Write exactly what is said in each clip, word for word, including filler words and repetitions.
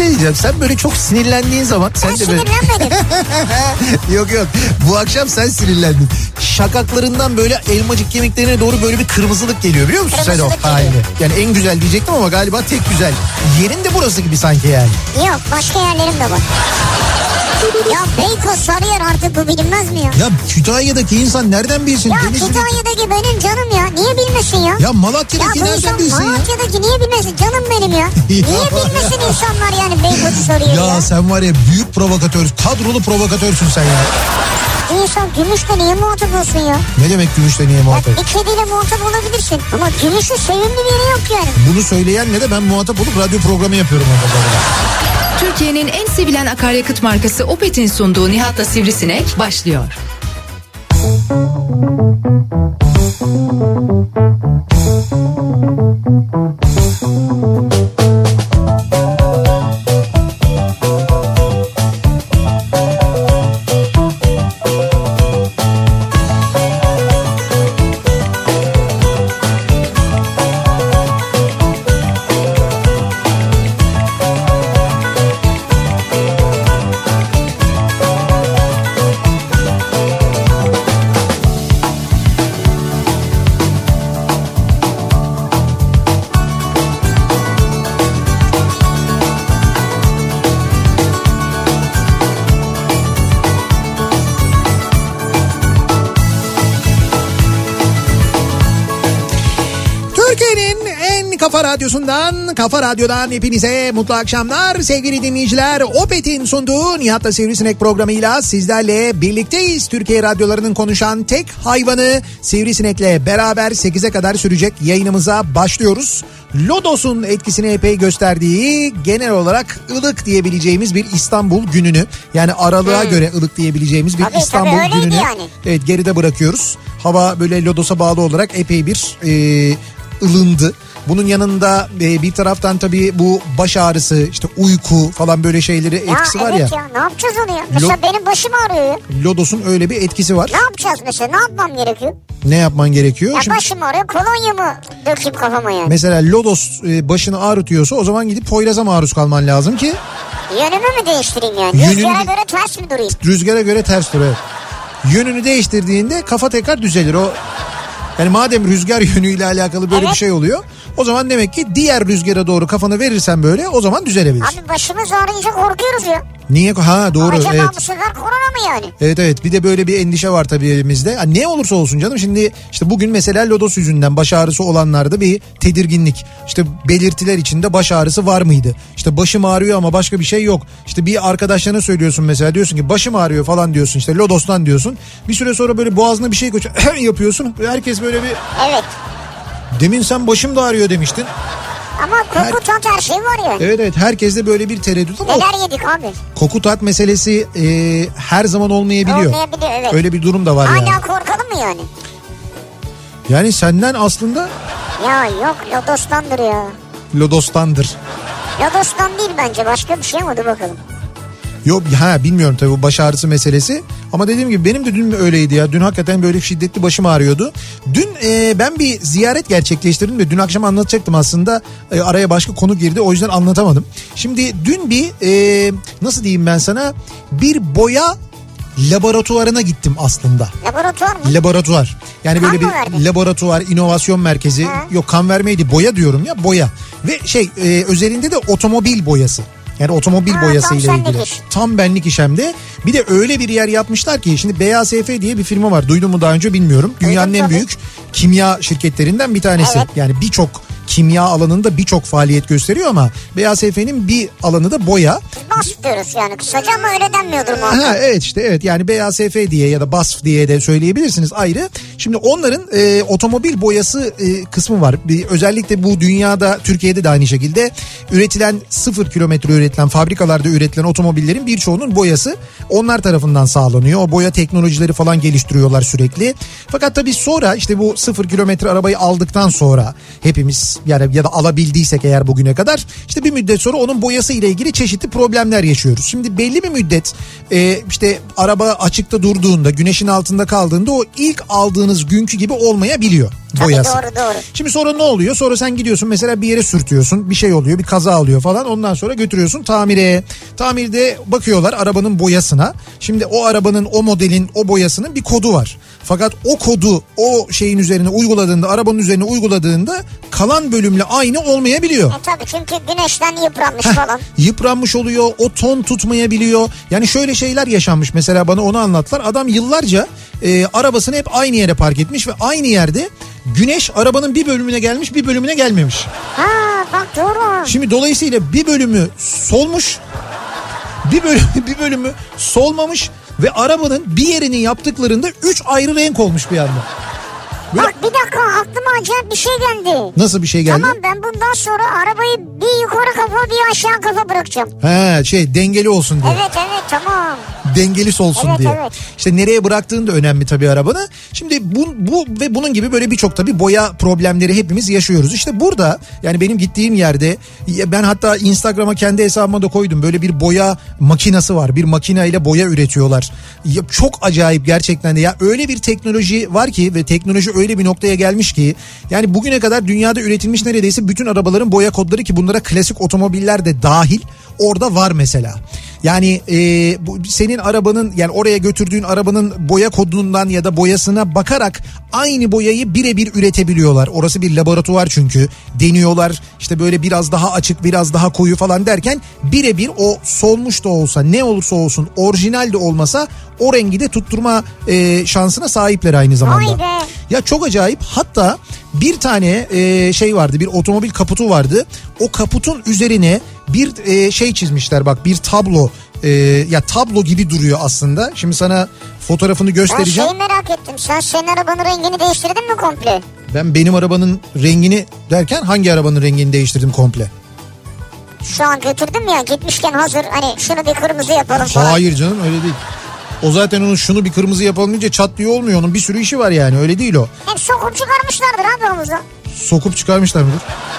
şey diyeceğim. Sen böyle çok sinirlendiğin zaman... Ben sen de böyle... sinirlenmedim. Yok yok. Bu akşam sen sinirlendin. Şakaklarından böyle elmacık kemiklerine doğru böyle bir kırmızılık geliyor biliyor musun sen o halini? Yani en güzel diyecektim ama galiba tek güzel. Yerin de burası gibi sanki yani. Yok, başka yerlerim de var. Ya Beykoz, Sarıyer artık bu bilinmez mi ya? Ya Kütahya'daki insan nereden bilsin? Ya Denizli... Kütahya'daki benim canım ya. Niye bilmesin ya? Ya Malatya'daki ya nereden bilsin ya? Malatya'daki niye bilmesin? Canım benim ya. Niye bilmesin insanlar yani Beykoz'u Sarıyer'i ya? Ya sen var ya büyük provokatör, kadrolu provokatörsün sen ya. İnsan gümüşle niye muhatap olsun ya? Ne demek gümüşle niye muhatap? Ya bir kediyle muhatap olabilirsin ama gümüşün sevimli bir yeri yok yani. Bunu söyleyenle de ben muhatap olup radyo programı yapıyorum orada. Türkiye'nin en sevilen akaryakıt markası Opet'in sunduğu Nihat'la Sivrisinek başlıyor. Kafa Radyosu'ndan, Kafa Radyo'dan hepinize mutlu akşamlar sevgili dinleyiciler. Opet'in sunduğu Nihat'la Sivrisinek programıyla sizlerle birlikteyiz. Türkiye radyolarının konuşan tek hayvanı Sivrisinek'le beraber sekize kadar sürecek yayınımıza başlıyoruz. Lodos'un etkisini epey gösterdiği, genel olarak ılık diyebileceğimiz bir İstanbul gününü, yani aralığa hmm. göre ılık diyebileceğimiz bir tabii, İstanbul tabii, gününü yani. evet, geride bırakıyoruz. Hava böyle Lodos'a bağlı olarak epey bir e, ılındı. Bunun yanında e, bir taraftan tabii bu baş ağrısı, işte uyku falan böyle şeyleri ya etkisi evet var ya. ya ne yapacağız onu ya? Mesela Lo- benim başım ağrıyor ya. Lodos'un öyle bir etkisi var. Ne yapacağız mesela? Ne yapmam gerekiyor? Ne yapman gerekiyor? Ya Şimdi, başım ağrıyor, kolonya mı dökeyim kafama yani? Mesela Lodos e, başını ağrıtıyorsa o zaman gidip Poyraz'a maruz kalman lazım ki. Yönümü mü değiştireyim yani? Yönünü, rüzgara göre ters mi durayım? Rüzgara göre ters dur evet. Yönünü değiştirdiğinde kafa tekrar düzelir. O yani madem rüzgar yönüyle alakalı böyle evet. bir şey oluyor, o zaman demek ki diğer rüzgara doğru kafanı verirsen böyle o zaman düzelebilir. Abi başımız ağrıyınca korkuyoruz ya. Niye? Ha doğru. Acaba evet. bu sefer korona mı yani? Evet evet, bir de böyle bir endişe var tabii elimizde. Ha, ne olursa olsun canım, şimdi işte bugün mesela Lodos yüzünden baş ağrısı olanlarda bir tedirginlik. İşte belirtiler içinde baş ağrısı var mıydı? İşte başım ağrıyor ama başka bir şey yok. İşte bir arkadaşlarına söylüyorsun mesela, diyorsun ki başım ağrıyor falan diyorsun, işte Lodos'tan diyorsun. Bir süre sonra böyle boğazına bir şey koyuyor yapıyorsun. Herkes böyle bir... Evet. Demin sen başım da ağrıyor demiştin. Ama koku her... tat her şey var ya. Evet evet, herkeste böyle bir tereddüt ama... Neler yedik abi? Koku tat meselesi e, her zaman olmayabiliyor. Olmayabiliyor evet. Öyle bir durum da var hala yani. Hala korkalım mı yani? Yani senden aslında... Ya yok, Lodos'tandır ya. Lodos'tandır. Lodos'tan değil bence, başka bir şey mi? Dur bakalım. Yok ha, bilmiyorum tabii bu baş ağrısı meselesi. Ama dediğim gibi benim de dün öyleydi ya. Dün hakikaten böyle şiddetli başım ağrıyordu. Dün e, ben bir ziyaret gerçekleştirdim de dün akşam anlatacaktım aslında. E, araya başka konu girdi, o yüzden anlatamadım. Şimdi dün bir e, nasıl diyeyim ben sana, bir boya laboratuvarına gittim aslında. Laboratuvar mı? Laboratuvar. Yani kan böyle bir verdin? laboratuvar, inovasyon merkezi. Ha. Yok, kan vermeydi, boya diyorum ya, boya. Ve şey e, özelinde de otomobil boyası. Yani otomobil ha, boyasıyla ilgili. Iş. Tam benlik iş hem de. Bir de öyle bir yer yapmışlar ki, şimdi B A S F diye bir firma var. Duydun mu daha önce bilmiyorum. Dünyanın Duydum, en tabii. büyük kimya şirketlerinden bir tanesi. Evet. Yani birçok kimya alanında birçok faaliyet gösteriyor ama B A S F'nin bir alanı da boya. BASF diyoruz yani kısaca ama öyle denmiyordur muhakkak. Ha, evet işte evet, yani B A S F diye ya da BASF diye de söyleyebilirsiniz ayrı. Şimdi onların e, otomobil boyası e, kısmı var. Bir, özellikle bu dünyada, Türkiye'de de aynı şekilde üretilen sıfır kilometre üretilen, fabrikalarda üretilen otomobillerin birçoğunun boyası onlar tarafından sağlanıyor. O boya teknolojileri falan geliştiriyorlar sürekli. Fakat tabii sonra işte bu sıfır kilometre arabayı aldıktan sonra hepimiz, yani ya da alabildiysek eğer bugüne kadar, işte bir müddet sonra onun boyası ile ilgili çeşitli problemler problemler yaşıyoruz. Şimdi belli bir müddet e, işte araba açıkta durduğunda, güneşin altında kaldığında o ilk aldığınız günkü gibi olmayabiliyor boyası. Tabii doğru doğru. Şimdi sonra ne oluyor? Sonra sen gidiyorsun mesela bir yere sürtüyorsun, bir şey oluyor, bir kaza oluyor falan. Ondan sonra götürüyorsun tamire. Tamirde bakıyorlar arabanın boyasına. Şimdi o arabanın, o modelin, o boyasının bir kodu var. Fakat o kodu o şeyin üzerine uyguladığında, arabanın üzerine uyguladığında kalan bölümle aynı olmayabiliyor. E tabii çünkü güneşten yıpranmış Heh, falan. Yıpranmış oluyor, o ton tutmayabiliyor. Yani şöyle şeyler yaşanmış mesela, bana onu anlattılar. Adam yıllarca e, arabasını hep aynı yere park etmiş ve aynı yerde güneş arabanın bir bölümüne gelmiş, bir bölümüne gelmemiş. Ha bak doğru. Şimdi dolayısıyla bir bölümü solmuş, bir bölümü, bir bölümü solmamış ve arabanın bir yerini yaptıklarında üç ayrı renk olmuş bir anda. Böyle... Bak bir dakika, aklıma acayip bir şey geldi. Nasıl bir şey geldi? Tamam, ben bundan sonra arabayı bir yukarı kafa bir aşağı kafa bırakacağım. He şey, dengeli olsun diye. Evet evet tamam. Dengeli solsun evet, diye. Evet. İşte nereye bıraktığın da önemli tabii arabanı. Şimdi bu, bu ve bunun gibi böyle birçok tabii boya problemleri hepimiz yaşıyoruz. İşte burada yani benim gittiğim yerde, ben hatta Instagram'a kendi hesabıma da koydum. Böyle bir boya makinası var. Bir makineyle boya üretiyorlar. Ya çok acayip gerçekten de. Ya öyle bir teknoloji var ki ve teknoloji öyle bir noktaya gelmiş ki yani bugüne kadar dünyada üretilmiş neredeyse bütün arabaların boya kodları, ki bunlara klasik otomobiller de dahil, orada var mesela. Yani e, bu, senin arabanın, yani oraya götürdüğün arabanın boya kodundan ya da boyasına bakarak aynı boyayı birebir üretebiliyorlar. Orası bir laboratuvar çünkü. Deniyorlar işte, böyle biraz daha açık, biraz daha koyu falan derken birebir o solmuş da olsa, ne olursa olsun, orijinal de olmasa o rengi de tutturma e, şansına sahipler aynı zamanda. Vay be. Ya çok acayip. Hatta bir tane e, şey vardı, bir otomobil kaputu vardı. O kaputun üzerine bir e, şey çizmişler, bak bir tablo. E, ya tablo gibi duruyor aslında. Şimdi sana fotoğrafını göstereceğim. Ben şeyi merak ettim. Sen senin arabanın rengini değiştirdin mi komple? Ben benim arabanın rengini derken hangi arabanın rengini değiştirdim komple? Şu an götürdüm ya, gitmişken hazır hani şunu bir kırmızı yapalım falan. Hayır canım, öyle değil. O zaten onun şunu bir kırmızı yapalım deyince çat diye olmuyor. Onun bir sürü işi var yani, öyle değil o. Hep sokup çıkarmışlardır abi havuza. Sokup çıkarmışlar mıdır?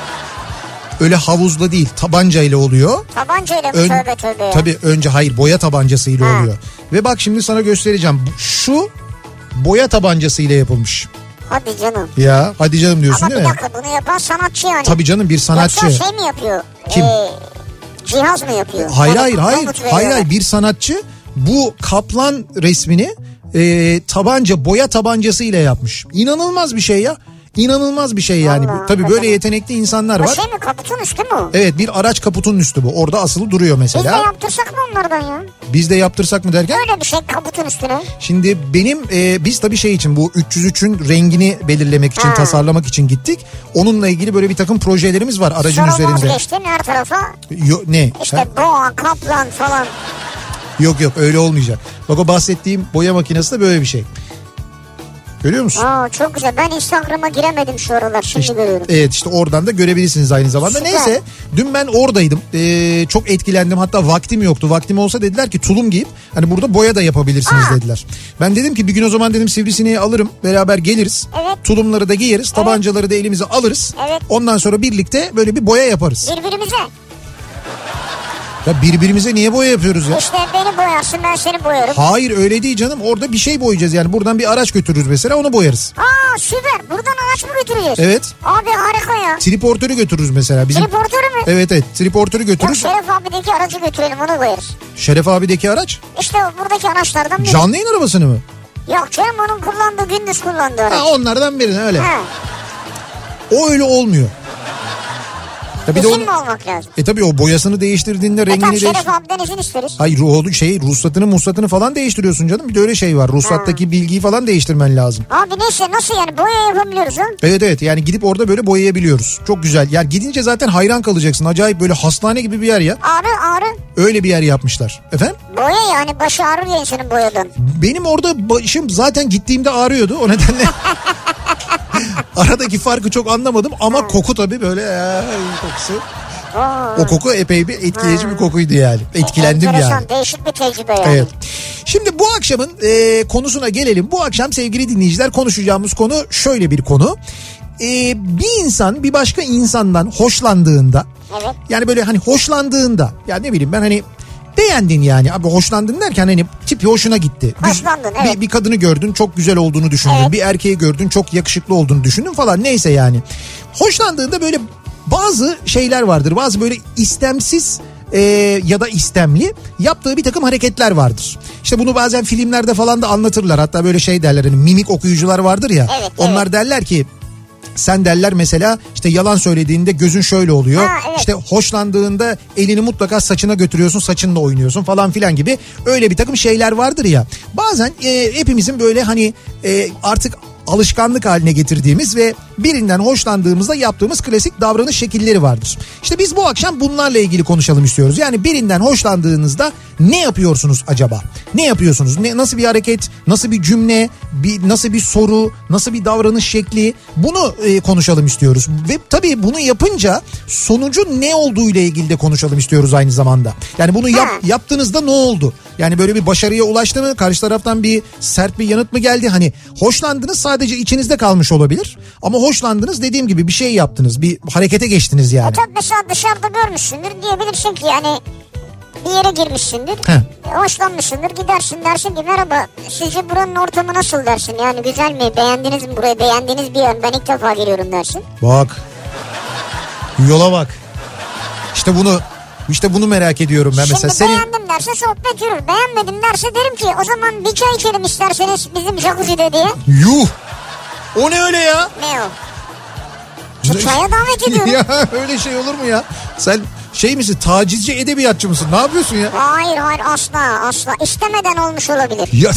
Öyle havuzla değil, tabancayla oluyor. Tabancayla mı? Ön, tövbe tövbe ya. Tabii önce hayır, boya tabancasıyla Ha. oluyor. Ve bak şimdi sana göstereceğim. Şu boya tabancasıyla yapılmış. Hadi canım. Ya hadi canım diyorsun Ama değil bir mi? dakika, bunu yapan sanatçı yani. Tabii canım, bir sanatçı. Yoksa şey mi yapıyor? Kim? Ee, cihaz mı yapıyor? Hayır Onu- hayır hayır. komut veriyorlar. Hayır hayır, bir sanatçı bu kaplan resmini e, tabanca, boya tabancasıyla yapmış. İnanılmaz bir şey ya. İnanılmaz bir şey yani. Vallahi, Tabii böyle hakikaten. yetenekli insanlar Bu var. şey mi, kaputun üstü mü o? Evet, bir araç kaputunun üstü bu. Orada asılı duruyor Biz de mesela. yaptırsak mı onlardan ya? Biz de yaptırsak mı derken? Öyle bir şey kaputun üstüne. Şimdi benim e, biz tabii şey için, bu üç yüz üçün rengini belirlemek için, Ha. tasarlamak için gittik. Onunla ilgili böyle bir takım projelerimiz var aracın Sonra üzerinde. vazgeçtin her tarafa. Yo, ne? İşte Ha? boğa, kaplan falan. Yok yok, öyle olmayacak. Bak o bahsettiğim boya makinesi de böyle bir şey. Görüyor musun? Aa, çok güzel. Ben Instagram'a giremedim şu aralar. Şimdi İşte, görüyorum. evet işte oradan da görebilirsiniz aynı zamanda. Süper. Neyse, dün ben oradaydım. Ee, çok etkilendim. Hatta vaktim yoktu. Vaktim olsa dediler ki tulum giyip hani burada boya da yapabilirsiniz Aa. dediler. Ben dedim ki bir gün o zaman dedim sivrisineği alırım. Beraber geliriz. Evet. Tulumları da giyeriz. Tabancaları da elimize alırız. Evet. Ondan sonra birlikte böyle bir boya yaparız. Birbirimize. Ya birbirimize niye boya yapıyoruz ya? İşte beni boyarsın, ben seni boyarım. Hayır öyle değil canım. Orada bir şey boyayacağız yani. Buradan bir araç götürürüz mesela, onu boyarız. Aa süper. Buradan araç mı götüreceğiz? Evet. Abi harika ya. Triportörü götürürüz mesela. Bizim... Triportörü mü? Evet evet. Triportörü Yok, götürürüz. Şeref abideki aracı götürelim, onu koyarız. Şeref abideki araç. İşte buradaki araçlardan biri. Canlı yayın arabasını mı? Yok canım, onun kullandığı, gündüz kullandığı araç. Ha, onlardan birini öyle. Ha. O öyle olmuyor. Ya bir de İzin onu... mi almak lazım? E tabii o boyasını değiştirdiğinde E rengini tamam, değiştir. Şeref abiden izin isteriz. Hayır o şey, ruhsatını muslatını falan değiştiriyorsun canım. Bir de öyle şey var. Ruhsattaki bilgiyi falan değiştirmen lazım. Abi neyse, nasıl yani boya yapabiliyoruz ha? Evet evet, yani gidip orada böyle boyayabiliyoruz. Çok güzel. Yani gidince zaten hayran kalacaksın. Acayip böyle hastane gibi bir yer ya. Ağrı ağrı. Öyle bir yer yapmışlar. Efendim? Boya yani, başı ağrır ya insanın boyadan. Benim orada başım zaten gittiğimde ağrıyordu. O nedenle aradaki farkı çok anlamadım. Ama koku tabii böyle ee, kokusu. Oo. O koku epey bir etkileyici bir kokuydu yani. Etkilendim Enteresan, yani. değişik bir tecrübe yani. Evet. Şimdi bu akşamın e, konusuna gelelim. Bu akşam sevgili dinleyiciler konuşacağımız konu şöyle bir konu. E, bir insan bir başka insandan hoşlandığında, Evet. yani böyle hani hoşlandığında, ya ne bileyim ben hani Beğendin yani. Abi hoşlandın derken hani tipi hoşuna gitti. Hoşlandın, evet. Bir, bir kadını gördün, çok güzel olduğunu düşündün. Evet. Bir erkeği gördün, çok yakışıklı olduğunu düşündün falan, neyse yani. Hoşlandığında böyle bazı şeyler vardır. Bazı böyle istemsiz e, ya da istemli yaptığı bir takım hareketler vardır. İşte bunu bazen filmlerde falan da anlatırlar. Hatta böyle şey derler, hani mimik okuyucular vardır ya. Evet, onlar evet. derler ki, sen derler mesela işte yalan söylediğinde gözün şöyle oluyor. Ha, evet. İşte hoşlandığında elini mutlaka saçına götürüyorsun, saçınla oynuyorsun falan filan gibi öyle bir takım şeyler vardır ya. Bazen e, hepimizin böyle hani e, artık alışkanlık haline getirdiğimiz ve birinden hoşlandığımızda yaptığımız klasik davranış şekilleri vardır. İşte biz bu akşam bunlarla ilgili konuşalım istiyoruz. Yani birinden hoşlandığınızda ne yapıyorsunuz acaba? Ne yapıyorsunuz? Ne, nasıl bir hareket, nasıl bir cümle, bir, nasıl bir soru, nasıl bir davranış şekli, bunu e, konuşalım istiyoruz. Ve tabii bunu yapınca sonucu ne olduğu ile ilgili de konuşalım istiyoruz aynı zamanda. Yani bunu yap, yaptığınızda ne oldu? Yani böyle bir başarıya ulaştı mı? Karşı taraftan bir sert bir yanıt mı geldi? Hani hoşlandınız, sadece içinizde kalmış olabilir. Ama hoşlandınız, dediğim gibi bir şey yaptınız. Bir harekete geçtiniz yani. E tabii mesela dışarıda görmüşsündür, diyebilirsin ki yani bir yere girmişsindir. Heh. Hoşlanmışsındır, gidersin dersin ki merhaba, sizce buranın ortamı nasıl dersin? Yani güzel mi, beğendiniz mi burayı, beğendiğiniz bir yer, ben ilk defa geliyorum dersin. Bak. Yola bak. İşte bunu işte bunu merak ediyorum ben. Şimdi mesela. Senin... beğendim derse sohbet yürür. Beğenmedim derse derim ki o zaman bir çay içelim isterseniz bizim jacuzzi'de diye. Yuh. O ne öyle ya? Ne o? Şu çaya davet ediyorum. Ya öyle şey olur mu ya? Sen şey misin, tacizci edebiyatçı mısın? Ne yapıyorsun ya? Hayır hayır, asla asla. İstemeden olmuş olabilir. Ya,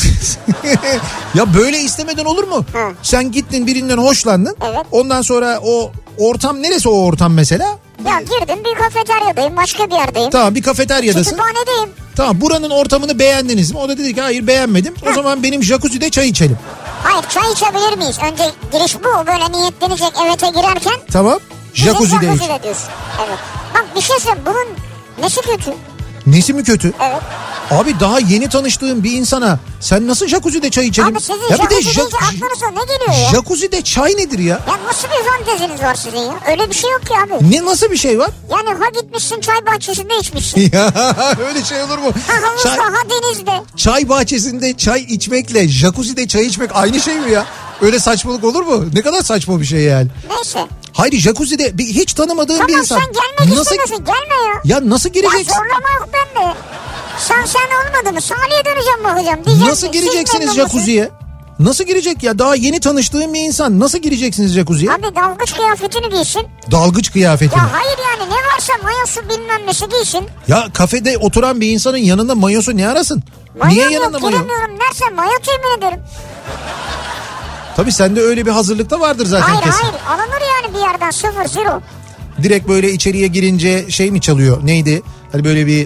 ya böyle istemeden olur mu? Hı. Sen gittin, birinden hoşlandın. Evet. Ondan sonra o ortam neresi, o ortam mesela? Ya girdim bir kafeteryadayım, başka bir yerdeyim. Tamam, bir kafeteryadasın. Kütüphanedeyim. Tamam, buranın ortamını beğendiniz mi? O da dedi ki hayır beğenmedim. Hı. O zaman benim jacuzzi'de çay içelim. Hayır, çay içebilir miyiz? Önce giriş bu. Böyle niyetlenecek evete girerken. Tamam. Jacuzzi'de iç. Jacuzzi'de diyorsun. Evet. Bak bir şey söyleyeyim. Bunun nesi kötü? Nesi mi kötü? Evet. Abi daha yeni tanıştığın bir insana sen nasıl jacuzzi'de çay içelim? Abi sizin ya jacuzzi bir de deyince aklınıza ne geliyor ya? Jacuzzi'de çay nedir ya? Ya nasıl bir fanteziniz var sizin ya? Öyle bir şey yok ki abi. Ne, nasıl bir şey var? Yani ha gitmişsin çay bahçesinde içmişsin. Ya öyle şey olur mu? Ha havuzda, Çay, ha denizde. çay bahçesinde çay içmekle jacuzzi'de çay içmek aynı şey mi ya? Öyle saçmalık olur mu? Ne kadar saçma bir şey yani. Neyse. Hayır, jacuzzi'de bir, hiç tanımadığın Tamam, bir insan. sen gelmek nasıl, istemiyorsun, gelme ya. Ya nasıl Ya gireceksin? zorlama yok bende. Sen sen olmadı mı? Salih'e döneceğim bakacağım. Diyeceğim Nasıl ki, siz gireceksiniz memnun musunuz? jacuzziye? Nasıl girecek ya? Daha yeni tanıştığın bir insan nasıl gireceksiniz jacuzziye? Abi dalgıç kıyafetini giysin. Dalgıç kıyafetini. Ya hayır yani ne varsa mayosu bilmem nesi giysin. Ya kafede oturan bir insanın yanında mayosu ne arasın? Mayo Niye yok, yanında mayo? giremiyorum dersen mayo temin ederim. Tabii sende öyle bir hazırlık da vardır zaten Hayır kesin. hayır alınır yani bir yerden sıfır zero. Direkt böyle içeriye girince şey mi çalıyor? Neydi? Hani böyle bir...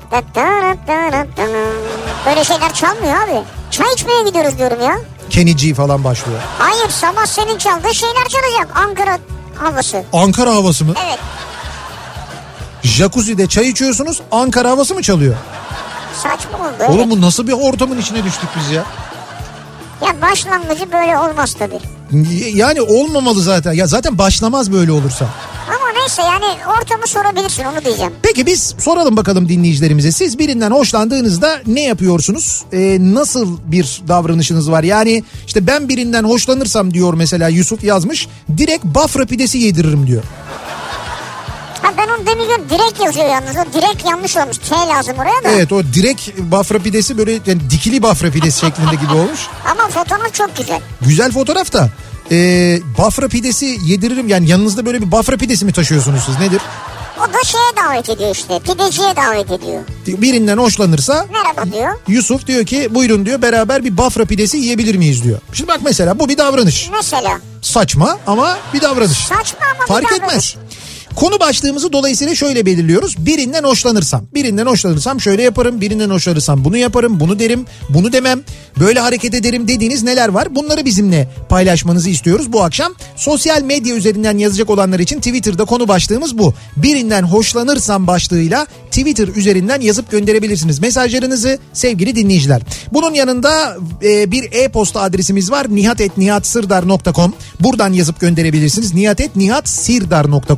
Böyle şeyler çalmıyor abi. Çay içmeye gidiyoruz diyorum ya. Kenny G falan başlıyor. Hayır, sabah senin çaldığı şeyler çalacak. Ankara havası. Ankara havası mı? Evet. Jacuzzi'de çay içiyorsunuz, Ankara havası mı çalıyor? Saçma oldu. Oğlum evet. bu nasıl bir ortamın içine düştük biz ya? Ya başlangıcı böyle olmaz tabii. Yani olmamalı zaten. Ya zaten başlamaz böyle olursa. Ama neyse yani ortamı sorabilirsin, onu diyeceğim. Peki biz soralım bakalım dinleyicilerimize. Siz birinden hoşlandığınızda ne yapıyorsunuz? Ee, nasıl bir davranışınız var? Yani işte ben birinden hoşlanırsam diyor mesela Yusuf yazmış. Direkt Bafra pidesi yediririm diyor. Ha ben onu demiyorum, direkt yazıyor yalnız. O direkt yanlış olmuş. T lazım oraya da. Evet, o direkt Bafra pidesi böyle yani dikili Bafra pidesi şeklinde gibi olmuş. Ama fotoğraf çok güzel. Güzel fotoğraf da. Ee, Bafra pidesi yediririm yani, yanınızda böyle bir Bafra pidesi mi taşıyorsunuz siz, nedir? O da şeye davet ediyor işte. Pideciye davet ediyor. Birinden hoşlanırsa Merhaba diyor. Yusuf diyor ki buyurun diyor, beraber bir Bafra pidesi yiyebilir miyiz diyor. Şimdi bak mesela bu bir davranış. Mesela. Saçma ama bir davranış. Saçma ama Fark bir etmez. davranış. Konu başlığımızı dolayısıyla şöyle belirliyoruz. Birinden hoşlanırsam, birinden hoşlanırsam şöyle yaparım, birinden hoşlanırsam bunu yaparım, bunu derim, bunu demem, böyle hareket ederim dediğiniz neler var? Bunları bizimle paylaşmanızı istiyoruz bu akşam. Sosyal medya üzerinden yazacak olanlar için Twitter'da konu başlığımız bu. Birinden hoşlanırsam başlığıyla Twitter üzerinden yazıp gönderebilirsiniz mesajlarınızı sevgili dinleyiciler. Bunun yanında e, bir e-posta adresimiz var, nihat et nihat sirdar nokta com. Buradan yazıp gönderebilirsiniz. nihat et nihat sirdar nokta com aslında.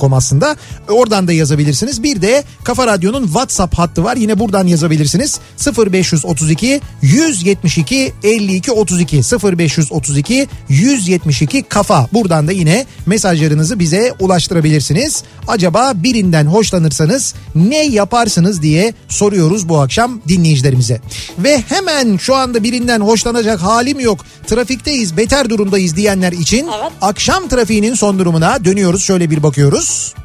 anda. Oradan da yazabilirsiniz. Bir de Kafa Radyo'nun WhatsApp hattı var. Yine buradan yazabilirsiniz. sıfır beş otuz iki yüz yetmiş iki elli iki otuz iki sıfır beş otuz iki yüz yetmiş iki kafa. Buradan da yine mesajlarınızı bize ulaştırabilirsiniz. Acaba birinden hoşlanırsanız ne yaparsınız diye soruyoruz bu akşam dinleyicilerimize. Ve hemen şu anda birinden hoşlanacak halim yok, trafikteyiz, beter durumdayız diyenler için evet. Akşam trafiğinin son durumuna dönüyoruz. Şöyle bir bakıyoruz.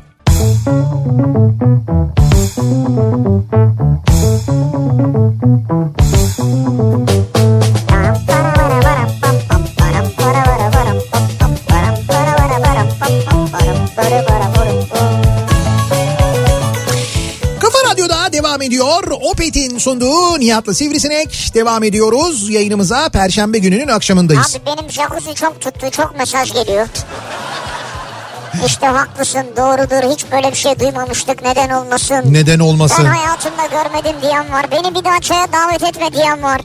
Devam ediyor. Opet'in sunduğu Nihat'la Sivrisinek. Devam ediyoruz yayınımıza. Perşembe gününün akşamındayız. Abi benim jacuzzi çok tuttu. Çok mesaj geliyor. İşte haklısın, doğrudur. Hiç böyle bir şey duymamıştık. Neden olmasın? Neden olmasın? Ben hayatımda görmedim diyen var. Beni bir daha çaya davet etme diyen var.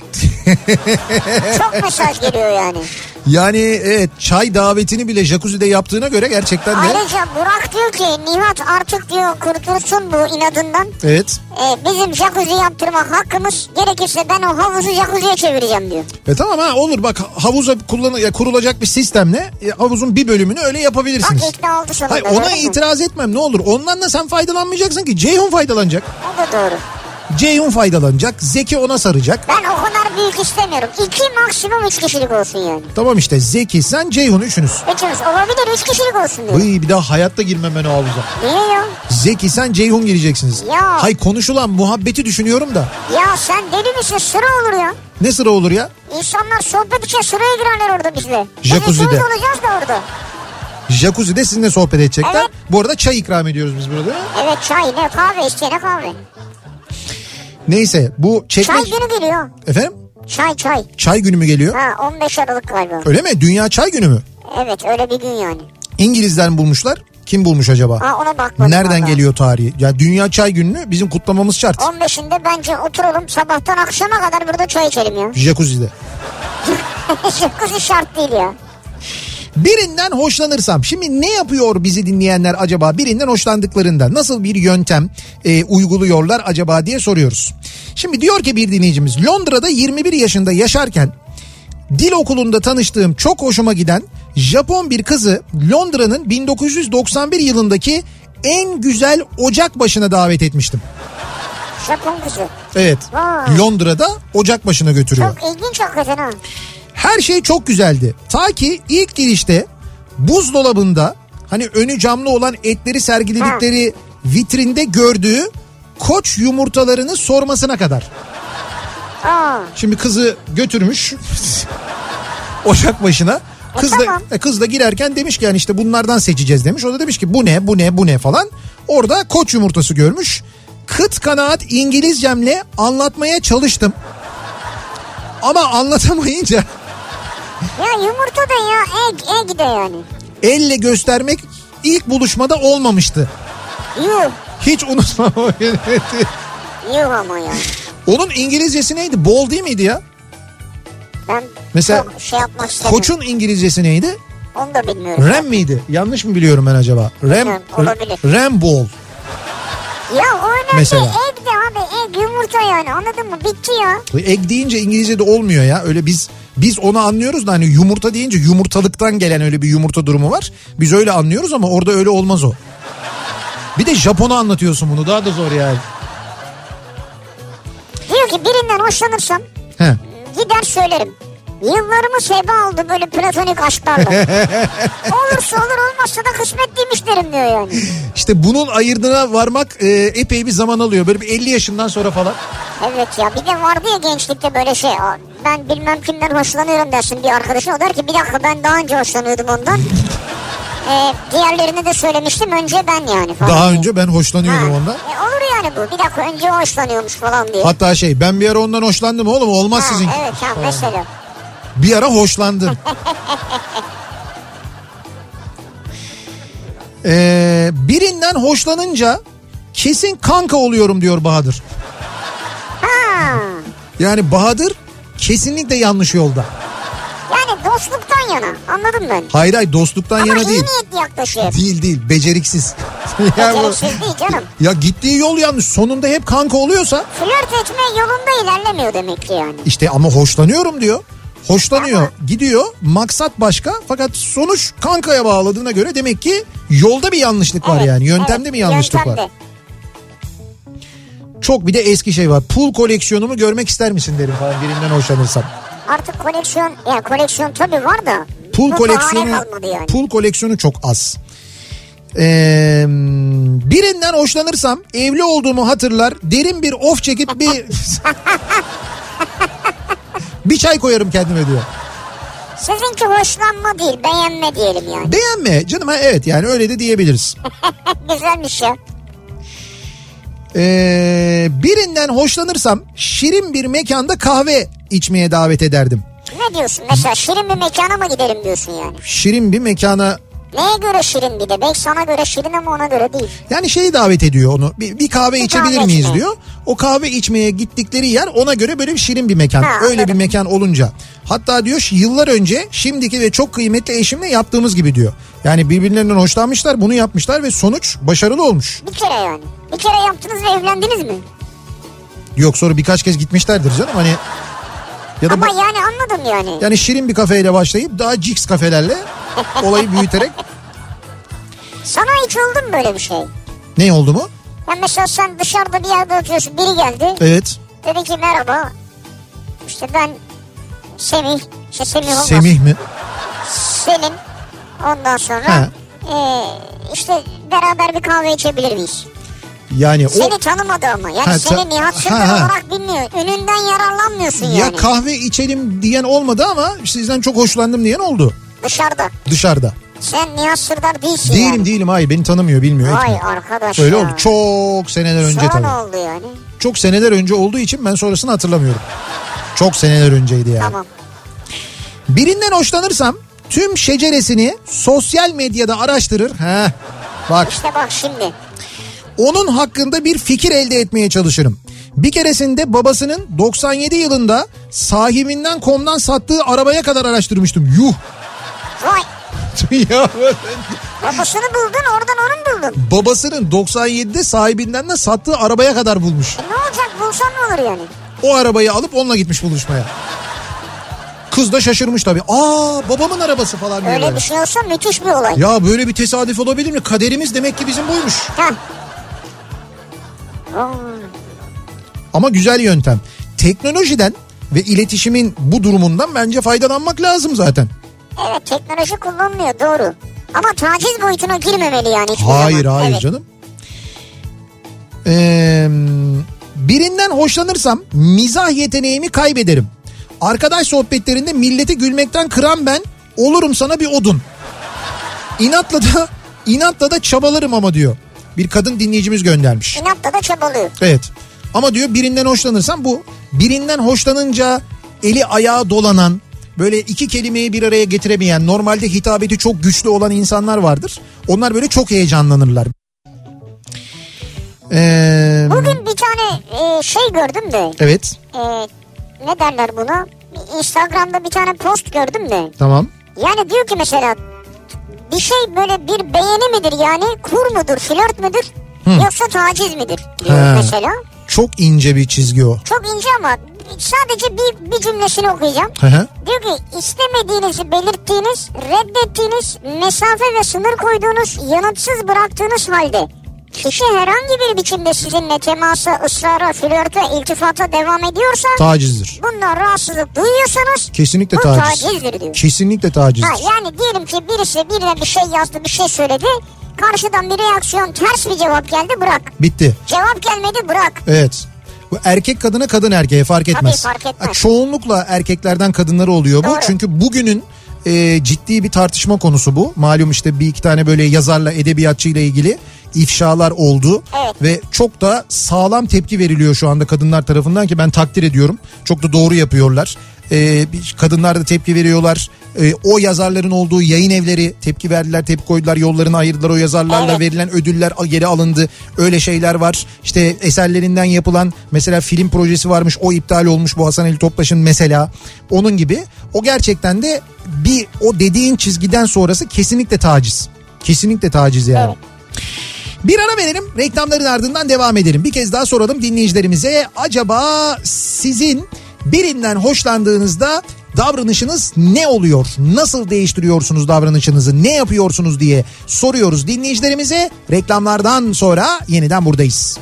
Çok mesaj geliyor yani. Yani evet, çay davetini bile jacuzzi'de yaptığına göre gerçekten de. Ayrıca Burak diyor ki Nihat artık diyor kurtulsun bu inadından. Evet. Ee, bizim jacuzzi yaptırmak hakkımız, gerekirse ben o havuzu jacuzziye çevireceğim diyor. E tamam ha, olur bak, havuza kullan ya, kurulacak bir sistemle e, havuzun bir bölümünü öyle yapabilirsiniz. Bak ikna oldu sonunda. Hayır, ona itiraz mi? etmem ne olur. Ondan da sen faydalanmayacaksın ki. Ceyhun faydalanacak. O da doğru. Ceyhun faydalanacak. Zeki ona saracak. Ben o kadar büyük istemiyorum. İki maksimum üç kişilik olsun yani. Tamam işte, Zeki, sen, Ceyhun üçünüz. Üçümüz olabilir, üç kişilik olsun diyor. Uy, bir daha hayatta girmem ben o havuza. Niye ya? Zeki, sen, Ceyhun gireceksiniz. Ya. Hay, konuşulan muhabbeti düşünüyorum da. Ya sen deli misin? Sıra olur ya. Ne sıra olur ya? İnsanlar sohbet için sıraya girerler orada bizle. Jacuzzi'de. Biz olacağız da orada. Jacuzzi'de sizinle sohbet edecekler. Evet. Bu arada çay ikram ediyoruz biz burada. Evet, çay ne kahve, isteyene kahve. Neyse, bu çekmek... Çay günü geliyor. Efendim? Çay çay. Çay günü mü geliyor? Ha, on beş Aralık galiba. Öyle mi? Dünya Çay Günü mü? Evet, öyle bir gün yani. İngilizler mi bulmuşlar? Kim bulmuş acaba? Ha, ona bakmadım. Nereden valla. geliyor tarihi? Ya Dünya Çay Günü'nü bizim kutlamamız şart. on beşinde bence oturalım sabahtan akşama kadar burada çay içelim ya. Jacuzzi'de. Jacuzzi şart değil ya. Birinden hoşlanırsam, şimdi ne yapıyor bizi dinleyenler acaba birinden hoşlandıklarında nasıl bir yöntem e, uyguluyorlar acaba diye soruyoruz. Şimdi diyor ki bir dinleyicimiz, Londra'da yirmi bir yaşında yaşarken dil okulunda tanıştığım çok hoşuma giden Japon bir kızı Londra'nın bin dokuz yüz doksan bir yılındaki en güzel Ocakbaşı'na davet etmiştim. Japon kızı. Evet, Vay. Londra'da Ocakbaşı'na götürüyor. Çok ilginç hakikaten ha. Her şey çok güzeldi. Ta ki ilk girişte buzdolabında hani önü camlı olan etleri sergiledikleri ha. vitrinde gördüğü Koç yumurtalarını sormasına kadar. Aa. Şimdi kızı götürmüş Ocakbaşı'na. Kız e, da, tamam. kız da girerken demiş ki yani işte bunlardan seçeceğiz demiş. O da demiş ki bu ne bu ne bu ne falan. Orada Koç yumurtası görmüş. Kıt kanaat İngilizcemle anlatmaya çalıştım. Ama anlatamayınca... Ya yumurta da ya egg, egg de yani. Elle göstermek ilk buluşmada olmamıştı. Yuh. Hiç unutmam o gün. Yuh ama ya. Onun İngilizcesi neydi? Bol değil miydi ya? Ben mesela çok şey yapmak istemiyorum. Koç'un İngilizcesi neydi? Onu da bilmiyorum. Ram miydi? Yanlış mı biliyorum ben acaba? Ram, olabilir. Ram bol. Ya o önemli. Mesela. Egg de abi, egg yumurta yani, anladın mı? Bitti ya. Egg deyince İngilizce'de olmuyor ya. Öyle biz biz onu anlıyoruz da hani yumurta deyince yumurtalıktan gelen öyle bir yumurta durumu var. Biz öyle anlıyoruz ama orada öyle olmaz o. Bir de Japon'a anlatıyorsun bunu, daha da zor yani. Diyor ki birinden hoşlanırsam He. gider söylerim. Yıllarımı heba oldu böyle platonik aşklarla. Olursa olur, olmazsa da kısmet değilmiş derim diyor yani. İşte bunun ayırdığına varmak e, epey bir zaman alıyor. Böyle bir elli yaşından sonra falan. Evet ya, bir de vardı ya gençlikte böyle şey, ben bilmem kimden hoşlanıyorum dersin bir arkadaşın, o der ki bir dakika ben daha önce hoşlanıyordum ondan. Ee, diğerlerini de söylemiştim önce ben yani falan. Daha önce ben hoşlanıyordum ha. ondan. E, olur yani bu, bir dakika önce hoşlanıyormuş falan diye. Hatta şey, ben bir ara ondan hoşlandım oğlum, olmaz ha, sizin. Evet ha, mesela. Bir ara hoşlandım. ee, birinden hoşlanınca kesin kanka oluyorum diyor Bahadır. Ha. Yani Bahadır kesinlikle yanlış yolda. Yani dostluktan yana, anladım ben. Hayır hayır, dostluktan ama yana değil. Ama iyi niyetli yaklaşıyor. Değil değil, beceriksiz. Ya, bu, Beceriksiz değil canım. ya gittiği yol yanlış. Sonunda hep kanka oluyorsa. Flört etme yolunda ilerlemiyor demek ki yani. İşte ama hoşlanıyorum diyor. Hoşlanıyor, Ama... gidiyor. Maksat başka fakat sonuç kankaya bağladığına göre demek ki yolda bir yanlışlık var evet, yani. Yöntemde evet, mi yanlışlık yöntemde. var? Çok bir de eski şey var. Pul koleksiyonumu görmek ister misin derim falan birinden hoşlanırsam. Artık koleksiyon, ya koleksiyon tabii var da. Pul koleksiyonu, yani. pul koleksiyonu çok az. Ee, birinden hoşlanırsam evli olduğumu hatırlar. Derin bir of çekip bir bir çay koyarım kendime diyor. Sizinki hoşlanma değil, beğenme diyelim yani. Beğenme canım, ha, evet yani öyle de diyebiliriz. Güzelmiş ya. Ee, birinden hoşlanırsam şirin bir mekanda kahve içmeye davet ederdim. Ne diyorsun mesela, şirin bir mekana mı gidelim diyorsun yani? Şirin bir mekana. Neye göre şirin bir de? Belki sana göre şirin ama ona göre değil. Yani şeyi davet ediyor onu. Bir, bir kahve bir içebilir kahve miyiz içmeye. diyor. O kahve içmeye gittikleri yer ona göre böyle bir şirin bir mekan. Ha, öyle anladım. bir mekan olunca. Hatta diyor yıllar önce şimdiki ve çok kıymetli eşimle yaptığımız gibi diyor. Yani birbirlerinden hoşlanmışlar, bunu yapmışlar ve sonuç başarılı olmuş. Bir kere yani. Bir kere yaptınız ve evlendiniz mi? Yok, sonra birkaç kez gitmişlerdir canım hani. Ya da ama bu, yani anladım yani. yani şirin bir kafeyle başlayıp daha cix kafelerle olayı büyüterek. Sana hiç oldu mu böyle bir şey? Ne oldu mu? Ya mesela sen dışarıda bir yerde oturuyorsun, biri geldi. Evet. Dedi ki merhaba. İşte ben Semih. İşte Semih olmaz. Semih mi? Selin. Ondan sonra e, işte beraber bir kahve içebilir miyiz? Yani Seni o... tanımadı ama. Yani Ha, seni ta... Nihat Sırdar ha, ha. olarak bilmiyor. Önünden yararlanmıyorsun ya yani. Ya kahve içelim diyen olmadı ama sizden çok hoşlandım diyen oldu. Dışarıda. Dışarıda. Sen Nihat Sırdar değilsin Değilim yani. değilim hayır, beni tanımıyor, bilmiyor. Vay etmiyor. arkadaş Öyle ya. oldu çok seneler önce Sonra tabii. ne oldu yani? Çok seneler önce olduğu için ben sonrasını hatırlamıyorum. Çok seneler önceydi yani. Tamam. Birinden hoşlanırsam tüm şeceresini sosyal medyada araştırır. Heh, bak. İşte bak şimdi. Onun hakkında bir fikir elde etmeye çalışırım. Bir keresinde babasının doksan yedi yılında sahibinden komdan sattığı arabaya kadar araştırmıştım. Yuh. Vay. Ya babasını buldun, oradan onu buldun. Babasının doksan yedide sahibinden de sattığı arabaya kadar bulmuş. E ne olacak, bulsan ne olur yani? O arabayı alıp onunla gitmiş buluşmaya. Kız da şaşırmış tabii. Aa, babamın arabası falan diye. Öyle böyle. bir şey olsa müthiş bir olay. Ya böyle bir tesadüf olabilir mi? Kaderimiz demek ki bizim buymuş. Heh. Ama güzel yöntem. Teknolojiden ve iletişimin bu durumundan bence faydalanmak lazım zaten. Evet, teknoloji kullanılıyor, doğru. Ama taciz boyutuna girmemeli yani hiçbir Hayır zaman. hayır Evet. canım. Ee, birinden hoşlanırsam mizah yeteneğimi kaybederim. Arkadaş sohbetlerinde milleti gülmekten kıran ben olurum sana bir odun. İnatla da inatla da çabalarım ama diyor. Bir kadın dinleyicimiz göndermiş. İnatla da çabalıyor. Evet. Ama diyor birinden hoşlanırsam bu. Birinden hoşlanınca eli ayağı dolanan, böyle iki kelimeyi bir araya getiremeyen, normalde hitabeti çok güçlü olan insanlar vardır. Onlar böyle çok heyecanlanırlar. Ee, Bugün bir tane e, şey gördüm de. Evet. E, ne derler buna? Instagram'da bir tane post gördüm de. Tamam. Yani diyor ki mesela bir şey böyle bir beğeni midir yani, kur mudur, flört müdür, Hı. yoksa taciz midir diyor He. mesela. Çok ince bir çizgi o. Çok ince ama sadece bir, bir cümlesini okuyacağım. Hı hı. Diyor ki istemediğinizi belirttiğiniz, reddettiğiniz, mesafe ve sınır koyduğunuz, yanıtsız bıraktığınız halde kişi herhangi bir biçimde sizinle temasa, ısrara, flörte, iltifata devam ediyorsa tacizdir. Bundan rahatsızlık duyuyorsanız kesinlikle bu taciz. tacizdir diyor. Kesinlikle tacizdir. Ha, yani diyelim ki birisi birine bir şey yazdı, bir şey söyledi. Karşıdan bir reaksiyon, ters bir cevap geldi, bırak. Bitti. Cevap gelmedi, bırak. Evet. Bu erkek kadına, kadın erkeğe fark etmez. Tabii fark etmez. Çoğunlukla erkeklerden kadınları oluyor bu. Doğru. Çünkü bugünün e, ciddi bir tartışma konusu bu. Malum işte bir iki tane böyle yazarla, edebiyatçıyla ilgili ifşalar oldu. Evet. Ve çok da sağlam tepki veriliyor şu anda kadınlar tarafından ki ben takdir ediyorum. Çok da doğru yapıyorlar. Ee, kadınlar da tepki veriyorlar. Ee, o yazarların olduğu yayın evleri tepki verdiler, tepki koydular, yollarını ayırdılar. O yazarlarla evet. verilen ödüller geri alındı. Öyle şeyler var. İşte eserlerinden yapılan mesela film projesi varmış, o iptal olmuş, bu Hasan Ali Toptaş'ın mesela. Onun gibi o gerçekten de bir o dediğin çizgiden sonrası kesinlikle taciz. Kesinlikle taciz yani. Evet. Bir ara verelim, reklamların ardından devam edelim. Bir kez daha soralım dinleyicilerimize, acaba sizin birinden hoşlandığınızda davranışınız ne oluyor? Nasıl değiştiriyorsunuz davranışınızı? Ne yapıyorsunuz diye soruyoruz dinleyicilerimize. Reklamlardan sonra yeniden buradayız.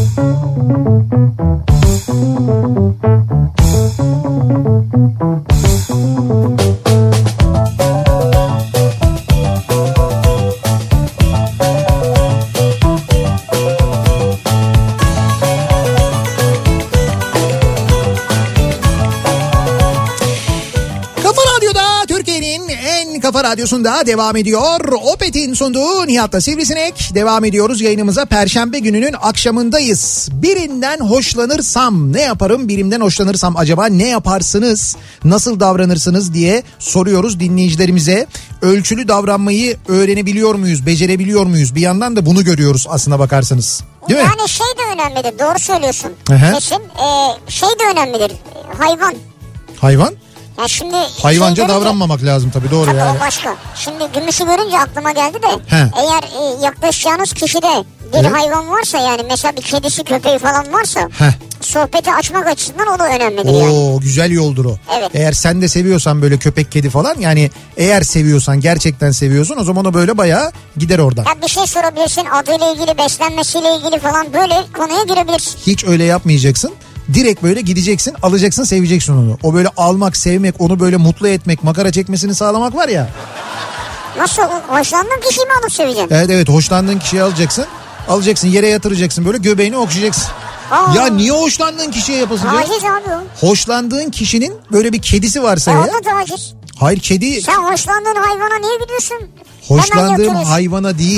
Kafa Radyosu'nda devam ediyor. Opet'in sunduğu Nihat'la Sivrisinek. Devam ediyoruz yayınımıza. Perşembe gününün akşamındayız. Birinden hoşlanırsam ne yaparım? Birimden hoşlanırsam acaba ne yaparsınız? Nasıl davranırsınız diye soruyoruz dinleyicilerimize. Ölçülü davranmayı öğrenebiliyor muyuz? Becerebiliyor muyuz? Bir yandan da bunu görüyoruz aslına bakarsanız. Değil mi? Yani şey de önemlidir. Doğru söylüyorsun. Aha. Kesin. Ee, şey de önemlidir. Hayvan. Hayvan? Ya şimdi hayvanca şey davranmamak ki, lazım tabii, doğru tabii yani. O başka. Şimdi gümüşü görünce aklıma geldi de He. eğer e, yaklaşacağınız kişide bir evet. hayvan varsa, yani mesela bir kedisi köpeği falan varsa Heh. sohbeti açmak açısından o da önemlidir Oo, yani. güzel yoldur o. Evet. Eğer sen de seviyorsan böyle köpek kedi falan, yani eğer seviyorsan, gerçekten seviyorsun, o zaman o böyle bayağı gider oradan. Ya bir şey sorabilirsin, adıyla ilgili, beslenmesiyle ilgili falan, böyle konuya girebilirsin. Hiç öyle yapmayacaksın. Direkt böyle gideceksin, alacaksın, seveceksin onu. O böyle almak, sevmek, onu böyle mutlu etmek, makara çekmesini sağlamak var ya. Nasıl? Hoşlandığın kişiyi mi alıp seveceksin? Evet evet, hoşlandığın kişiyi alacaksın. Alacaksın, yere yatıracaksın, böyle göbeğini okşayacaksın. Aa. Ya niye hoşlandığın kişiye yapasın? Taciz abi o. Hoşlandığın kişinin böyle bir kedisi varsa E ya. o da taciz. Hayır, kedi. Sen hoşlandığın hayvana niye gidiyorsun? Hoşlandığım hayvana değil.